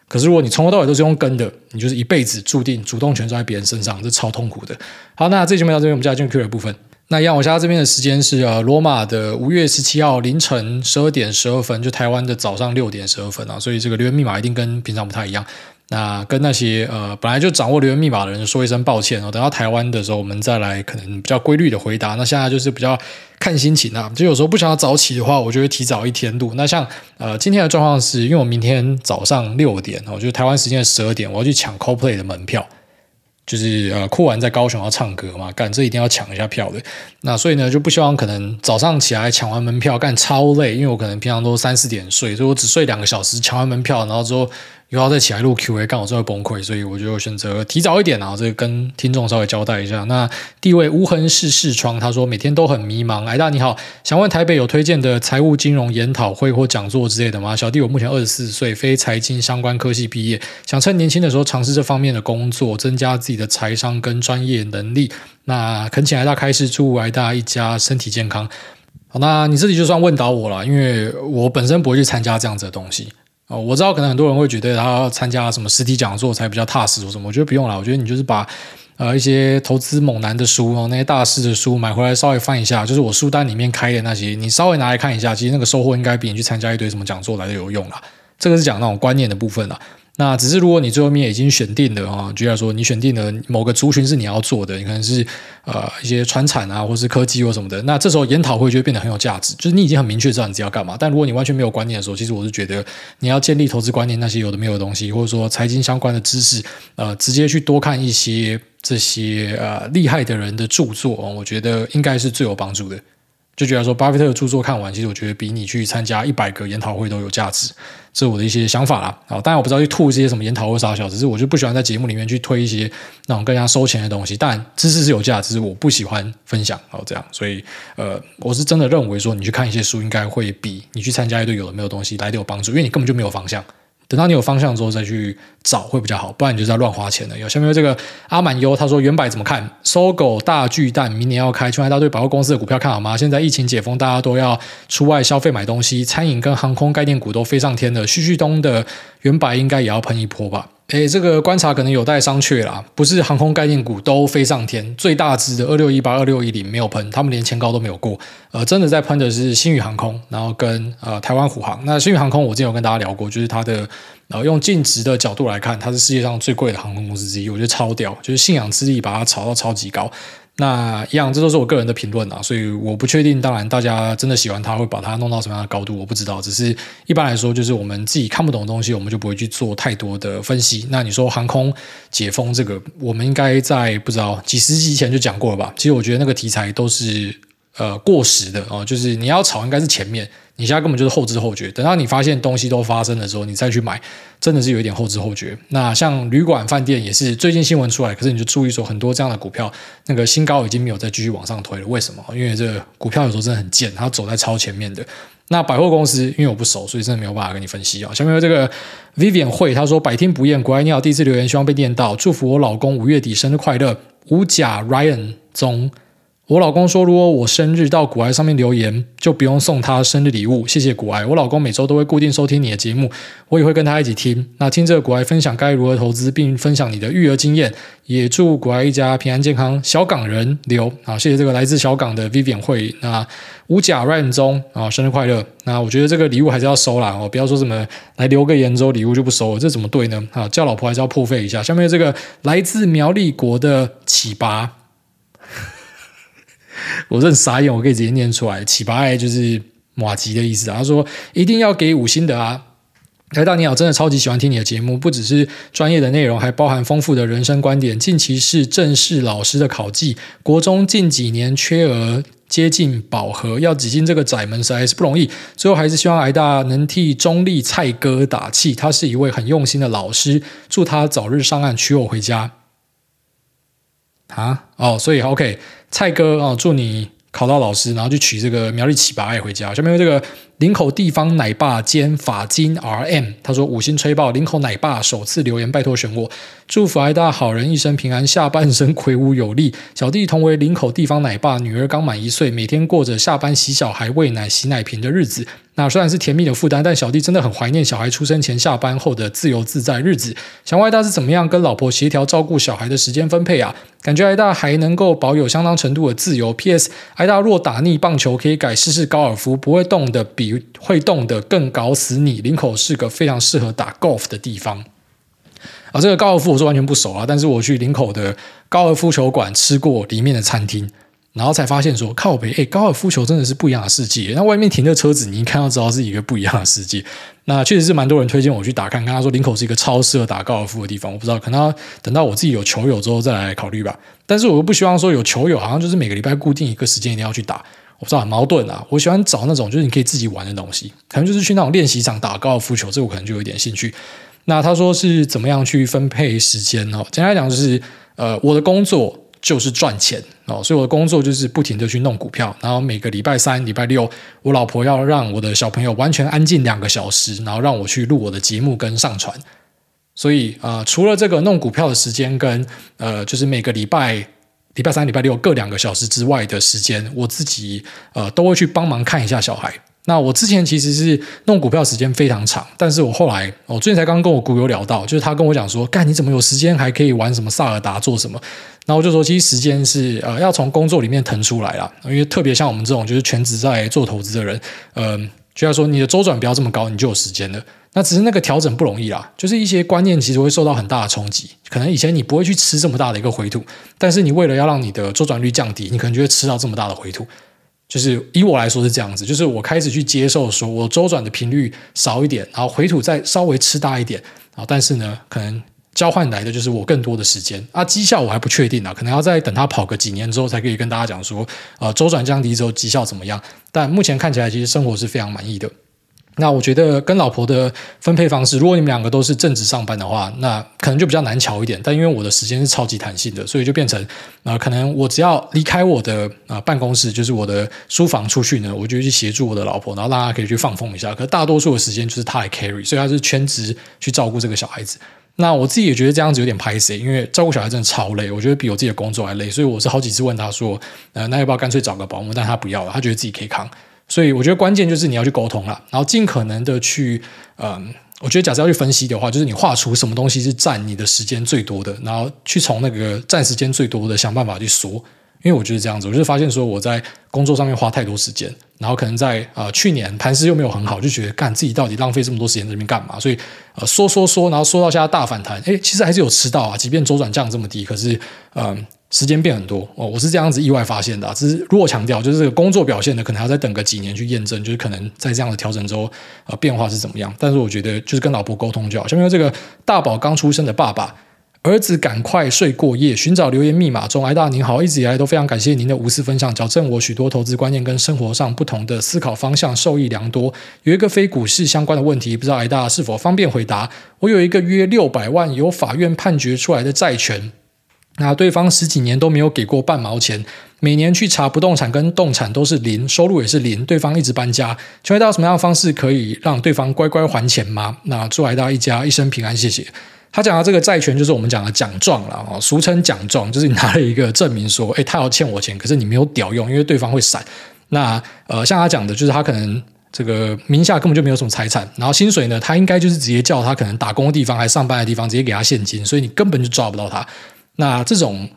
可是如果你从头到尾都是用跟的，你就是一辈子注定主动权在别人身上，这超痛苦的。好，那这期节目到这边，我们就来进入 Q&A 的部分。那一样，我现在这边的时间是罗马的5月17号凌晨12点12分，就台湾的早上6点12分啊，所以这个留言密码一定跟平常不太一样。那跟那些本来就掌握留言密码的人说一声抱歉哦，等到台湾的时候我们再来可能比较规律的回答。那现在就是比较看心情啊，就有时候不想要早起的话，我就会提早一天录。那像今天的状况是因为我明天早上6点哦，就是台湾时间的12点，我要去抢 Coldplay 的门票。就是酷玩在高雄要唱歌嘛，干这一定要抢一下票的。那所以呢，就不希望可能早上起来抢完门票干超累，因为我可能平常都3-4点睡，所以我只睡2个小时，抢完门票，然后之后又要再起来录 Q&A， 干我就会崩溃，所以我就选择提早一点啊，这个跟听众稍微交代一下。那第一位无痕视视窗，他说每天都很迷茫。挨大你好，想问台北有推荐的财务金融研讨会或讲座之类的吗？小弟我目前24岁，非财经相关科系毕业，想趁年轻的时候尝试这方面的工作，增加自己的财商跟专业能力。那恳请挨大开示，祝挨大一家身体健康。好，那你自己就算问倒我了，因为我本身不会去参加这样子的东西。我知道可能很多人会觉得他要参加什么实体讲座才比较踏实或什么，我觉得不用啦。我觉得你就是把一些投资猛男的书那些大师的书买回来稍微翻一下，就是我书单里面开的那些，你稍微拿来看一下，其实那个收获应该比你去参加一堆什么讲座来的有用啦。这个是讲那种观念的部分啦。那只是如果你最后面已经选定了举例来说你选定了某个族群是你要做的，你可能是一些传产啊或是科技或什么的，那这时候研讨会就会变得很有价值，就是你已经很明确知道你自己要干嘛。但如果你完全没有观念的时候，其实我是觉得你要建立投资观念那些有的没有的东西，或者说财经相关的知识直接去多看一些这些厉害的人的著作我觉得应该是最有帮助的。就觉得说巴菲特的著作看完，其实我觉得比你去参加100个研讨会都有价值，这是我的一些想法啦。当然我不知道去吐这些什么研讨会啥小，只是我就不喜欢在节目里面去推一些那种更加收钱的东西。当然知识是有价值，只是我不喜欢分享这样。所以我是真的认为说你去看一些书，应该会比你去参加一堆有的没有东西来的有帮助，因为你根本就没有方向。等到你有方向之后再去找会比较好，不然你就在乱花钱了。有下面有这个阿满优，他说原百怎么看？搜狗大巨蛋明年要开，请问大家对百货公司的股票看好吗？现在疫情解封，大家都要出外消费买东西，餐饮跟航空概念股都飞上天了，旭旭东的原百应该也要喷一波吧？这个观察可能有待商榷啦，不是航空概念股都飞上天，最大只的2618、2610没有喷，他们连前高都没有过。真的在喷的是星宇航空，然后跟台湾虎航。那星宇航空我之前有跟大家聊过，就是它的用净值的角度来看，它是世界上最贵的航空公司之一，我觉得超屌，就是信仰之力把它炒到超级高。那一样，这都是我个人的评论啊，所以我不确定。当然，大家真的喜欢它，会把它弄到什么样的高度，我不知道。只是一般来说，就是我们自己看不懂的东西，我们就不会去做太多的分析。那你说航空解封这个，我们应该在不知道几十集前就讲过了吧？其实我觉得那个题材都是过时的就是你要炒应该是前面，你现在根本就是后知后觉。等到你发现东西都发生的时候，你再去买，真的是有一点后知后觉。那像旅馆饭店也是最近新闻出来，可是你就注意说很多这样的股票那个新高已经没有再继续往上推了。为什么？因为这个股票有时候真的很贱，它走在超前面的。那百货公司因为我不熟，所以真的没有办法跟你分析下面有这个 Vivian 慧，他说百听不厌，国爱你好，第一次留言希望被念到，祝福我老公5月底生日快乐。五甲 Ryan 中，我老公说如果我生日到股癌上面留言就不用送他生日礼物，谢谢股癌。我老公每周都会固定收听你的节目，我也会跟他一起听，那听这个股癌分享该如何投资，并分享你的育儿经验，也祝股癌一家平安健康。小港人留谢谢这个来自小港的 Vivian 慧。那五甲 Ryan 中生日快乐。那我觉得这个礼物还是要收啦不要说什么来留个言之后礼物就不收了，这怎么对呢叫老婆还是要破费一下。下面这个来自苗栗国的启拔我真傻眼，我可以直接念出来，启拔爱就是马吉的意思他说一定要给5星的啊。来大你好，真的超级喜欢听你的节目，不只是专业的内容，还包含丰富的人生观点。近期是正式老师的考绩，国中近几年缺额接近饱和，要挤进这个窄门实在是不容易。最后还是希望挨大能替中立蔡哥打气，他是一位很用心的老师，祝他早日上岸娶我回家。所以 OK， 蔡哥祝你考到老师，然后就娶这个苗栗启拔爱回家。下面有这个林口地方奶爸兼法金 RM， 他说5星吹爆，林口奶爸首次留言，拜托选我，祝福挨大好人一生平安，下半生魁梧有力。小弟同为林口地方奶爸，女儿刚满1岁，每天过着下班洗小孩、喂奶、洗奶瓶的日子。 那虽然是甜蜜的负担，但小弟真的很怀念小孩出生前下班后的自由自在日子。想问艾大是怎么样跟老婆协调照顾小孩的时间分配啊？感觉艾大还能够保有相当程度的自由。PS， 艾大若打腻棒球，可以改试试高尔夫，不会动的比会动的更搞死你。林口是个非常适合打 golf 的地方。这个高尔夫我是完全不熟啊，但是我去林口的高尔夫球馆吃过里面的餐厅，然后才发现说靠北，高尔夫球真的是不一样的世界。那外面停的车子你一看就知道是一个不一样的世界。那确实是蛮多人推荐我去打看，跟他说林口是一个超适合打高尔夫的地方。我不知道，可能要等到我自己有球友之后再来考虑吧。但是我又不希望说有球友好像就是每个礼拜固定一个时间一定要去打。我不知道，很矛盾啊。我喜欢找那种就是你可以自己玩的东西，可能就是去那种练习场打高尔夫球，这我可能就有点兴趣。那他说是怎么样去分配时间呢？简单来讲就是我的工作就是赚钱所以我的工作就是不停的去弄股票，然后每个礼拜三礼拜六我老婆要让我的小朋友完全安静2个小时，然后让我去录我的节目跟上传。所以除了这个弄股票的时间跟就是每个礼拜三礼拜六各2个小时之外的时间，我自己都会去帮忙看一下小孩。那我之前其实是弄股票时间非常长，但是我后来最近才刚跟我股友聊到，就是他跟我讲说干你怎么有时间还可以玩什么萨尔达做什么，然后我就说其实时间是要从工作里面腾出来啦，因为特别像我们这种就是全职在做投资的人就要说你的周转不要这么高你就有时间了，那只是那个调整不容易啦，就是一些观念其实会受到很大的冲击，可能以前你不会去吃这么大的一个回吐，但是你为了要让你的周转率降低，你可能就会吃到这么大的回吐。就是以我来说是这样子，就是我开始去接受说我周转的频率少一点，然后回吐再稍微吃大一点，但是呢可能交换来的就是我更多的时间绩效我还不确定可能要再等它跑个几年之后才可以跟大家讲说周转降低之后绩效怎么样，但目前看起来其实生活是非常满意的。那我觉得跟老婆的分配方式，如果你们2个都是正职上班的话，那可能就比较难瞧一点，但因为我的时间是超级弹性的，所以就变成可能我只要离开我的办公室，就是我的书房出去呢，我就去协助我的老婆，然后让她可以去放风一下，可是大多数的时间就是她来 carry， 所以她是全职去照顾这个小孩子。那我自己也觉得这样子有点拍谁，因为照顾小孩真的超累，我觉得比我自己的工作还累，所以我是好几次问她说那要不要干脆找个保姆，但她不要了，她觉得自己可以扛。所以我觉得关键就是你要去沟通啦，然后尽可能的去我觉得假设要去分析的话，就是你画出什么东西是占你的时间最多的，然后去从那个占时间最多的想办法去缩。因为我觉得这样子，我就是发现说我在工作上面花太多时间，然后可能在去年盘势又没有很好，就觉得干自己到底浪费这么多时间在这边干嘛，所以缩，然后缩到现在大反弹，其实还是有吃到即便周转降这么低，可是时间变很多我是这样子意外发现的只是如果强调就是这个工作表现呢，可能还要再等个几年去验证，就是可能在这样的调整之后变化是怎么样。但是我觉得就是跟老婆沟通就好。下面这个大宝刚出生的爸爸，儿子赶快睡过夜，寻找留言密码中。艾大您好，一直以来都非常感谢您的无私分享，矫正我许多投资观念跟生活上不同的思考方向，受益良多。有一个非股市相关的问题，不知道艾大是否方便回答。我有一个约600万由法院判决出来的债权，那对方10几年都没有给过半毛钱，每年去查不动产跟动产都是0，收入也是0，对方一直搬家。请问到什么样的方式可以让对方乖乖还钱吗？那祝艾大一家一生平安，谢谢。他讲的这个债权就是我们讲的奖状啦，俗称奖状，就是你拿了一个证明说他要欠我钱，可是你没有屌用，因为对方会闪。那像他讲的就是他可能这个名下根本就没有什么财产，然后薪水呢他应该就是直接叫他可能打工的地方还上班的地方直接给他现金，所以你根本就抓不到他。那这种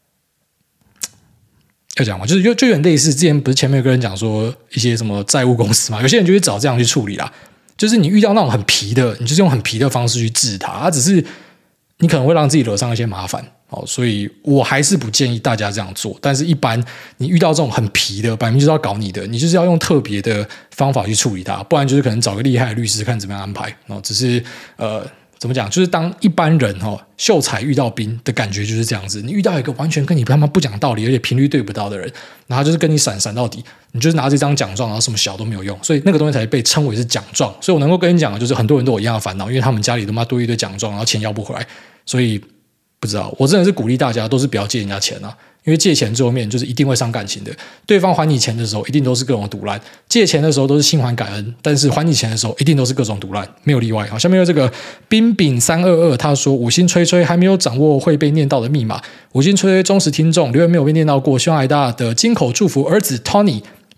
要讲嘛，就有点类似之前不是前面有个人讲说一些什么债务公司嘛，有些人就会找这样去处理啦。就是你遇到那种很皮的，你就是用很皮的方式去治他，只是你可能会让自己惹上一些麻烦所以我还是不建议大家这样做。但是一般你遇到这种很皮的，摆明就是要搞你的，你就是要用特别的方法去处理它，不然就是可能找个厉害的律师看怎么样安排只是怎么讲，就是当一般人秀才遇到兵的感觉就是这样子。你遇到一个完全跟你他妈不讲道理而且频率对不到的人，然后就是跟你闪到底，你就是拿这张奖状然后什么小都没有用，所以那个东西才被称为是奖状。所以我能够跟你讲的就是很多人都有一样的烦恼，因为他们家里他妈多一堆奖状，然后钱要不回来。所以不知道，我真的是鼓励大家都是不要借人家钱因为借钱最后面就是一定会伤感情的。对方还你钱的时候一定都是各种毒烂，借钱的时候都是心怀感恩，但是还你钱的时候一定都是各种毒烂，没有例外。好，下面有这个冰饼322，他说五星吹吹还没有掌握会被念到的密码，五星吹吹忠实听众，留言没有被念到过，希望艾大的金口祝福儿子 Tony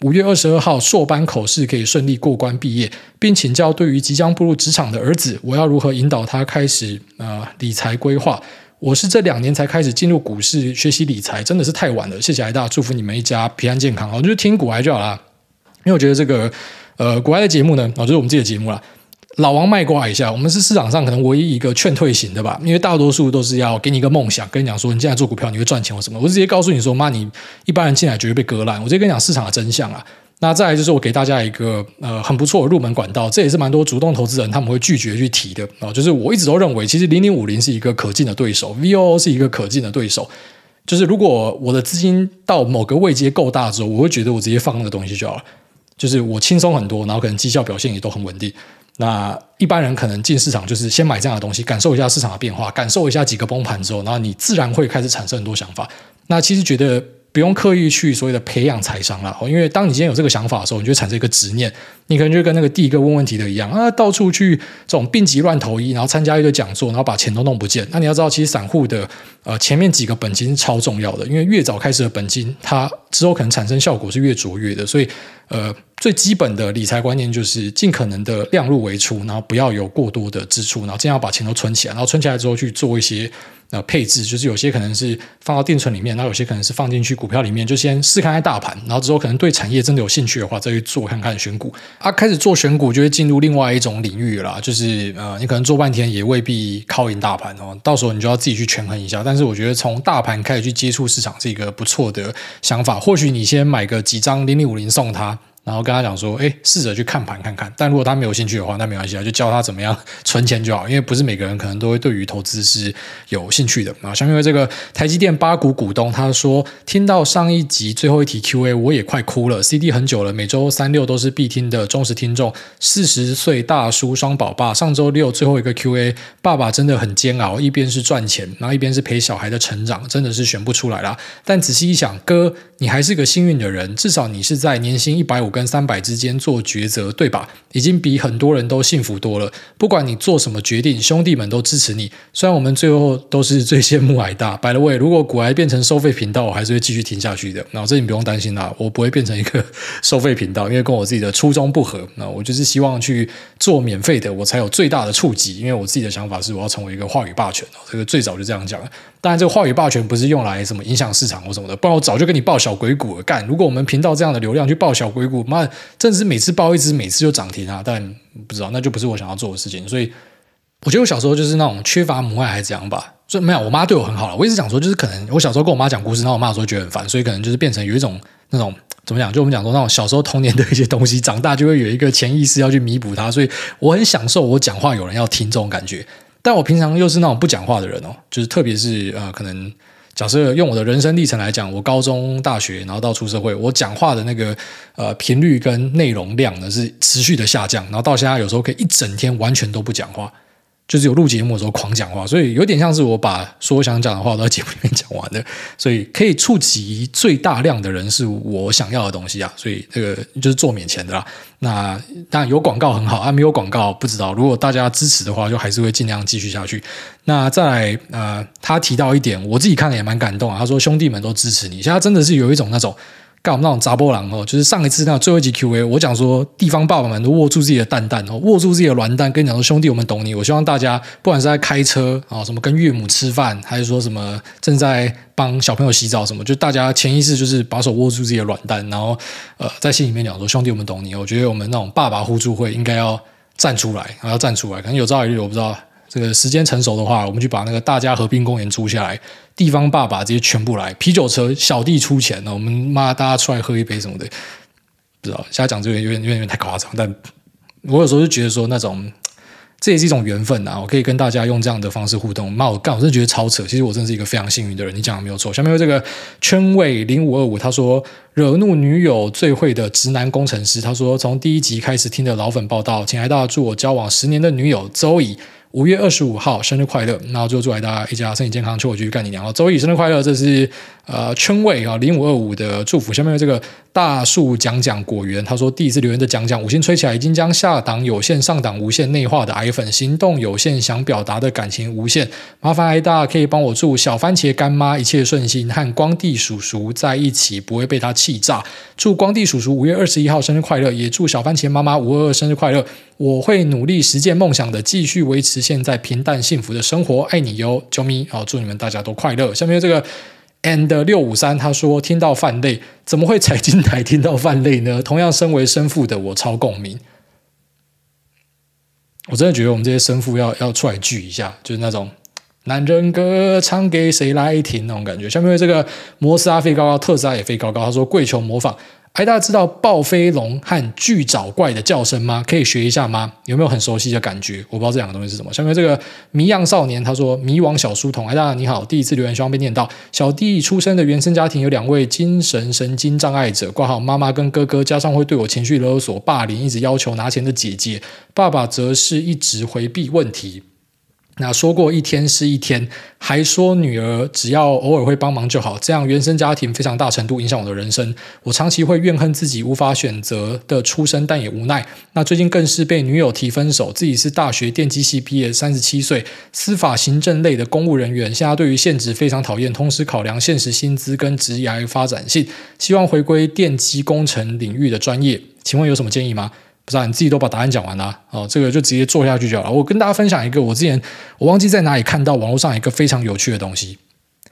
5月22号硕班口试可以顺利过关毕业，并请教对于即将步入职场的儿子，我要如何引导他开始理财规划。我是这2年才开始进入股市学习理财，真的是太晚了。谢谢癌大，祝福你们一家平安健康。就是听股癌就好啦，因为我觉得这个股癌的节目呢，就是我们自己的节目啦。老王卖瓜一下，我们是市场上可能唯一一个劝退型的吧，因为大多数都是要给你一个梦想，跟你讲说你现在做股票你会赚钱或什么，我是直接告诉你说，妈，你一般人进来绝对被割烂，我直接跟你讲市场的真相啊。那再来就是我给大家一个很不错的入门管道，这也是蛮多主动投资人他们会拒绝去提的就是我一直都认为，其实0050是一个可敬的对手 ，VOO 是一个可敬的对手。就是如果我的资金到某个位阶够大之后，我会觉得我直接放那个东西就好了，就是我轻松很多，然后可能绩效表现也都很稳定。那一般人可能进市场就是先买这样的东西，感受一下市场的变化，感受一下几个崩盘之后，然后你自然会开始产生很多想法。那其实觉得不用刻意去所谓的培养财商啦，因为当你今天有这个想法的时候，你就会产生一个执念，你可能就跟那个第一个问问题的一样到处去这种病急乱投医，然后参加一堆讲座，然后把钱都弄不见。那你要知道，其实散户的前面几个本金是超重要的，因为越早开始的本金，它之后可能产生效果是越卓越的。所以最基本的理财观念就是尽可能的量入为出，然后不要有过多的支出，然后尽量把钱都存起来，然后存起来之后去做一些配置，就是有些可能是放到定存里面，然后有些可能是放进去股票里面，就先试看看大盘，然后之后可能对产业真的有兴趣的话，再去做看看选股。开始做选股就会进入另外一种领域啦，就是你可能做半天也未必靠赢大盘到时候你就要自己去权衡一下。但是我觉得从大盘开始去接触市场是一个不错的想法，或许你先买个几张0050送他。然后跟他讲说，试着去看盘看看，但如果他没有兴趣的话，那没关系就教他怎么样存钱就好，因为不是每个人可能都会对于投资是有兴趣的。下面这个台积电8股股东他说，听到上一集最后一题 Q&A 我也快哭了 ，CD 很久了，每周3、6都是必听的忠实听众，40岁大叔双宝爸，上周6最后一个 Q&A， 爸爸真的很煎熬，一边是赚钱，然后一边是陪小孩的成长，真的是选不出来啦。但仔细一想，哥，你还是个幸运的人，至少你是在年薪150跟300之间做抉择，对吧？已经比很多人都幸福多了。不管你做什么决定，兄弟们都支持你。虽然我们最后都是最羡慕癌大。By the way， 如果股癌变成收费频道，我还是会继续听下去的。这你不用担心啦，我不会变成一个收费频道，因为跟我自己的初衷不合。我就是希望去做免费的，我才有最大的触及。因为我自己的想法是，我要成为一个话语霸权。这个最早就这样讲了。当然，这个话语霸权不是用来什么影响市场或什么的，不然我早就跟你报小鬼股了。干，如果我们频道这样的流量去报小鬼股，妈，真的是每次报一只，每次就涨停啊！但不知道，那就不是我想要做的事情。所以，我觉得我小时候就是那种缺乏母爱还是怎样吧。所以没有，我妈对我很好了。我一直讲说，就是可能我小时候跟我妈讲故事，然后我妈有时候觉得很烦，所以可能就是变成有一种那种怎么讲？就我们讲说那种小时候童年的一些东西，长大就会有一个潜意识要去弥补它。所以我很享受我讲话有人要听这种感觉。但我平常又是那种不讲话的人就是特别是可能假设用我的人生历程来讲，我高中、大学，然后到出社会，我讲话的那个频率跟内容量呢是持续的下降，然后到现在有时候可以一整天完全都不讲话，就是有录节目的时候狂讲话，所以有点像是我把所有想讲的话都在节目里面讲完的，所以可以触及最大量的人是我想要的东西啊，所以这个就是做免钱的啦。那当然有广告很好没有广告不知道，如果大家支持的话，就还是会尽量继续下去。那再来他提到一点，我自己看了也蛮感动他说兄弟们都支持你，现在真的是有一种那种干我们那种杂波狼就是上一次那最后一集 Q&A， 我讲说地方爸爸们都握住自己的蛋蛋握住自己的卵蛋，跟你讲说兄弟我们懂你。我希望大家不管是在开车什么跟岳母吃饭，还是说什么正在帮小朋友洗澡什么，就大家潜意识就是把手握住自己的卵蛋，然后在心里面讲说兄弟我们懂你。我觉得我们那种爸爸互助会应该要站出来，要站出来，可能有朝一日我不知道这个时间成熟的话，我们去把那个大家河滨公园租下来，地方爸爸这些全部来，啤酒车小弟出钱我们大家出来喝一杯什么的，不知道现在讲这个有点太夸张，但我有时候就觉得说那种这也是一种缘分我可以跟大家用这样的方式互动。我真的觉得超扯，其实我真的是一个非常幸运的人，你讲的没有错。下面有这个圈位0525，他说惹怒女友最会的直男工程师，他说从第1集开始听的老粉报道，请来大家祝我交往10年的女友Zoe 5月25号生日快乐，那最后祝大家一家身体健康，求我继续干你娘。周乙生日快乐，这是圈位0525的祝福。下面有这个大树讲果园，他说第一次留言的讲5星吹起来，已经将下档有限上档无限内化的癌粉，行动有限想表达的感情无限，麻烦癌大可以帮我祝小番茄干妈一切顺心，和光地叔叔在一起不会被他气炸。祝光地叔叔5月21号生日快乐，也祝小番茄妈妈522生日快乐。我会努力实践梦想的，继续维持现在平淡幸福的生活，爱你哟，啾咪！好，祝你们大家都快乐。下面这个 and653 他说听到泛泪，怎么会财经台听到泛泪呢？同样身为生父的我超共鸣。我真的觉得我们这些生父要出来聚一下，就是那种男人歌唱给谁来听那种感觉。下面这个摩斯拉飞高高，特斯拉也飞高高，他说跪求模仿。大家知道暴飞龙和巨爪怪的叫声吗？可以学一下吗？有没有很熟悉的感觉？我不知道这两个东西是什么。下面这个迷样少年他说迷惘小书童，大家你好，第一次留言希望被念到。小弟出生的原生家庭有2位精神神经障碍者，挂号妈妈跟哥哥，加上会对我情绪勒索霸凌，一直要求拿钱的姐姐，爸爸则是一直回避问题。那说过一天是一天，还说女儿只要偶尔会帮忙就好，这样原生家庭非常大程度影响我的人生。我长期会怨恨自己无法选择的出身，但也无奈。那最近更是被女友提分手，自己是大学电机系毕业，37岁，司法行政类的公务人员，现在对于现职非常讨厌，同时考量现实薪资跟职业发展性，希望回归电机工程领域的专业。请问有什么建议吗？不是你自己都把答案讲完了这个就直接做下去就好了。我跟大家分享一个我之前我忘记在哪里看到网络上一个非常有趣的东西。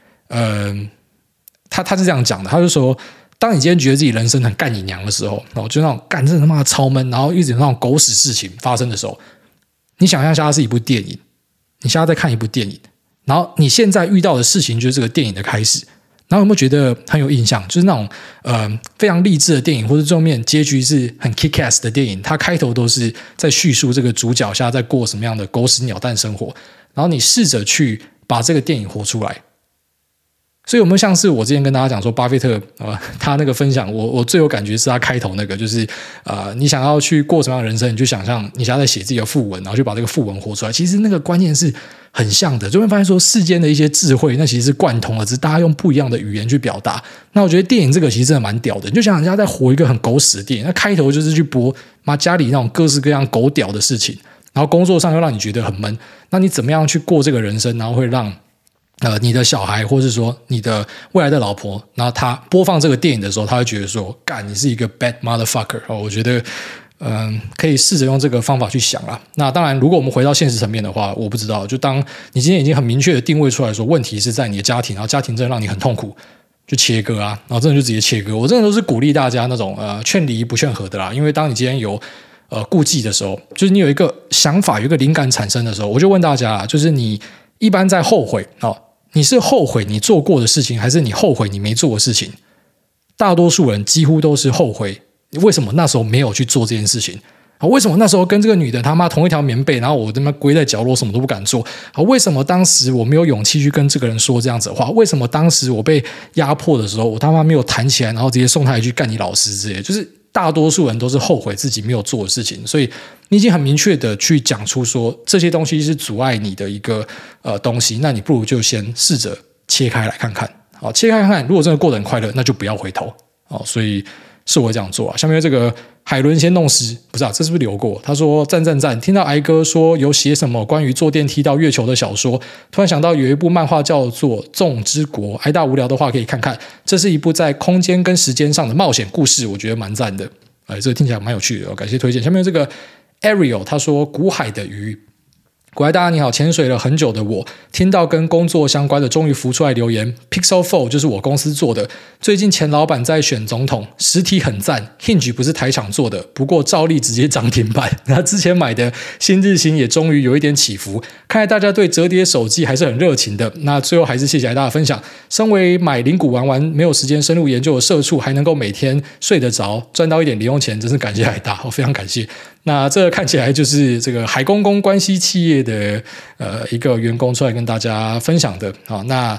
他是这样讲的，他就说，当你今天觉得自己人生很干你娘的时候，就那种干真的他妈的超闷，然后一直有那种狗屎事情发生的时候，你想象一下它是一部电影，你现在在看一部电影，然后你现在遇到的事情就是这个电影的开始。然后有没有觉得很有印象？就是那种非常励志的电影，或者最后面结局是很 kick ass 的电影，它开头都是在叙述这个主角现在在过什么样的狗屎鸟蛋生活，然后你试着去把这个电影活出来。所以有没有像是我之前跟大家讲说，巴菲特他那个分享，我最有感觉是他开头那个，就是你想要去过什么样的人生，你就想象你现在在写自己的讣文，然后就把这个讣文活出来。其实那个观念是很像的，就会发现说世间的一些智慧，那其实是贯通的，只是大家用不一样的语言去表达。那我觉得电影这个其实真的蛮屌的，你就想人家在活一个很狗屎的电影，那开头就是去播家里那种各式各样狗屌的事情，然后工作上又让你觉得很闷，那你怎么样去过这个人生，然后会让你的小孩，或是说你的未来的老婆，然后他播放这个电影的时候，他会觉得说，干，你是一个 bad motherfucker。我觉得可以试着用这个方法去想啦。那当然，如果我们回到现实层面的话，我不知道，就当你今天已经很明确的定位出来说，问题是在你的家庭，然后家庭真的让你很痛苦，就切割啊，然后真的就直接切割。我真的都是鼓励大家那种劝离不劝和的啦，因为当你今天有顾忌的时候，就是你有一个想法，有一个灵感产生的时候，我就问大家啦，就是你一般在后悔你是后悔你做过的事情，还是你后悔你没做的事情？大多数人几乎都是后悔，为什么那时候没有去做这件事情？为什么那时候跟这个女的他妈同一条棉被，然后我他妈归在角落什么都不敢做？为什么当时我没有勇气去跟这个人说这样子的话？为什么当时我被压迫的时候，我他妈没有弹起来，然后直接送他一句干你老师之类的？就是大多数人都是后悔自己没有做的事情，所以你已经很明确的去讲出说这些东西是阻碍你的一个东西，那你不如就先试着切开来看看，切开看看，如果真的过得很快乐，那就不要回头，所以是我这样做啊。下面这个海伦先弄湿，不知道这是不是留过？他说赞赞赞，听到挨哥说有写什么关于坐电梯到月球的小说，突然想到有一部漫画叫做《纵之国》，挨大无聊的话可以看看。这是一部在空间跟时间上的冒险故事，我觉得蛮赞的。这个听起来蛮有趣的，感谢推荐。下面这个 Ariel 他说古海的鱼。各位大家你好，潜水了很久的我，听到跟工作相关的终于浮出来留言。Pixel Fold 就是我公司做的，最近前老板在选总统，实体很赞。Hinge 不是台厂做的，不过照例直接涨停板。那之前买的新日新也终于有一点起伏，看来大家对折叠手机还是很热情的。那最后还是谢谢大家的分享。身为买零股玩没有时间深入研究的社畜，还能够每天睡得着，赚到一点零用钱，真是感谢海大，非常感谢。那这看起来就是这个海公公关系企业的一个员工出来跟大家分享的。那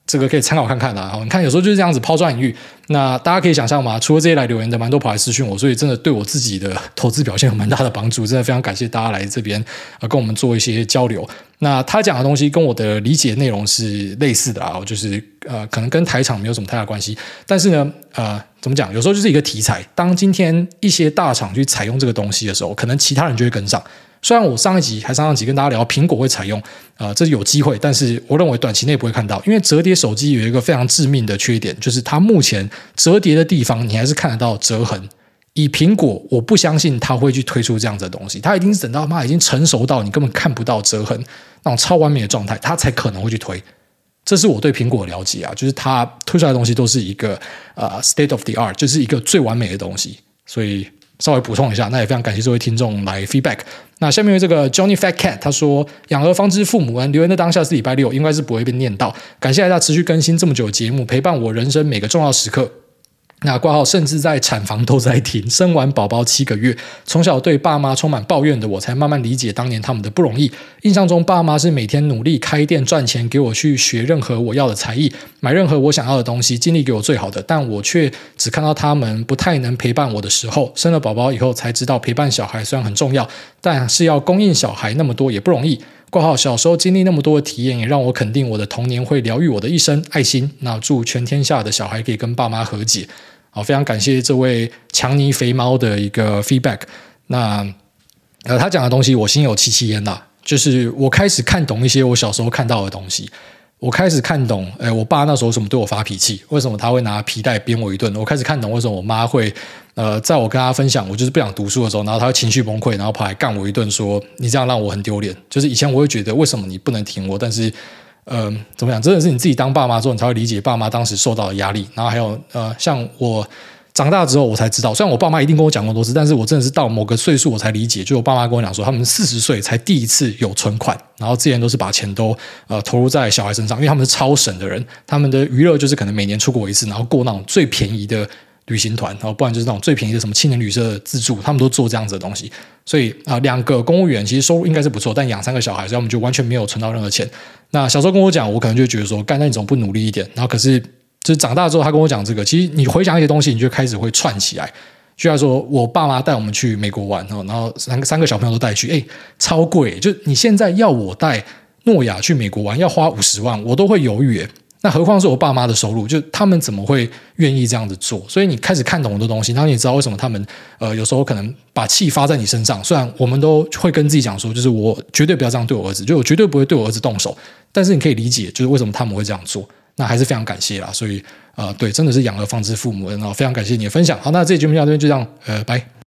这个可以参考看看啦。你看有时候就是这样子抛砖引玉。那大家可以想象嘛，除了这些来留言的，蛮多跑来私讯我，所以真的对我自己的投资表现有蛮大的帮助。真的非常感谢大家来这边跟我们做一些交流。那他讲的东西跟我的理解内容是类似的啊，就是可能跟台场没有什么太大关系，但是呢怎么讲，有时候就是一个题材，当今天一些大厂去采用这个东西的时候，可能其他人就会跟上。虽然我上一集还上集跟大家聊苹果会采用这是有机会，但是我认为短期内不会看到，因为折叠手机有一个非常致命的缺点，就是它目前折叠的地方你还是看得到折痕。以苹果，我不相信它会去推出这样子的东西，它一定是等到已经成熟到你根本看不到折痕那种超完美的状态，它才可能会去推。这是我对苹果的了解啊，就是它推出来的东西都是一个state of the art， 就是一个最完美的东西，所以稍微补充一下。那也非常感谢这位听众来 feedback。那下面这个 Johnny Fat Cat 他说，养儿方知父母恩，留言的当下是礼拜六，应该是不会被念到。感谢大家持续更新这么久的节目，陪伴我人生每个重要时刻。那挂号甚至在产房都在听，生完宝宝7个月，从小对爸妈充满抱怨的我，才慢慢理解当年他们的不容易。印象中爸妈是每天努力开店赚钱，给我去学任何我要的才艺，买任何我想要的东西，尽力给我最好的，但我却只看到他们不太能陪伴我的时候。生了宝宝以后才知道，陪伴小孩虽然很重要，但是要供应小孩那么多也不容易。挂号小时候经历那么多的体验，也让我肯定我的童年会疗愈我的一生。爱心。那祝全天下的小孩可以跟爸妈和解。好，非常感谢这位强尼肥猫的一个 feedback。那他讲的东西我心有戚戚焉啦，就是我开始看懂一些我小时候看到的东西。我开始看懂，我爸那时候为什么对我发脾气，为什么他会拿皮带鞭我一顿。我开始看懂为什么我妈会在我跟她分享我就是不想读书的时候，然后她会情绪崩溃，然后跑来干我一顿，说你这样让我很丢脸。就是以前我会觉得为什么你不能挺我，但是怎么讲，真的是你自己当爸妈之后，你才会理解爸妈当时受到的压力。然后还有像我长大之后我才知道，虽然我爸妈一定跟我讲过多次，但是我真的是到某个岁数我才理解，就我爸妈跟我讲说他们40岁才第一次有存款，然后之前都是把钱都投入在小孩身上，因为他们是超省的人，他们的娱乐就是可能每年出国一次，然后过那种最便宜的旅行团，然后不然就是那种最便宜的什么青年旅社自助，他们都做这样子的东西。所以2个公务员其实收入应该是不错，但养3个小孩，所以他们就完全没有存到任何钱。那小时候跟我讲，我可能就觉得说干，那你怎么不努力一点？然后可是就是长大之后他跟我讲这个，其实你回想一些东西，你就开始会串起来。就像说我爸妈带我们去美国玩，然后三个小朋友都带去，超贵，就你现在要我带诺亚去美国玩要花50万，我都会犹豫。那何况是我爸妈的收入，就他们怎么会愿意这样子做？所以你开始看懂很多东西，然后你知道为什么他们有时候可能把气发在你身上。虽然我们都会跟自己讲说，就是我绝对不要这样对我儿子，就我绝对不会对我儿子动手，但是你可以理解就是为什么他们会这样做。那还是非常感谢啦，所以对，真的是养儿方知父母恩，非常感谢你的分享。好，那这期节目到这边就这样，拜。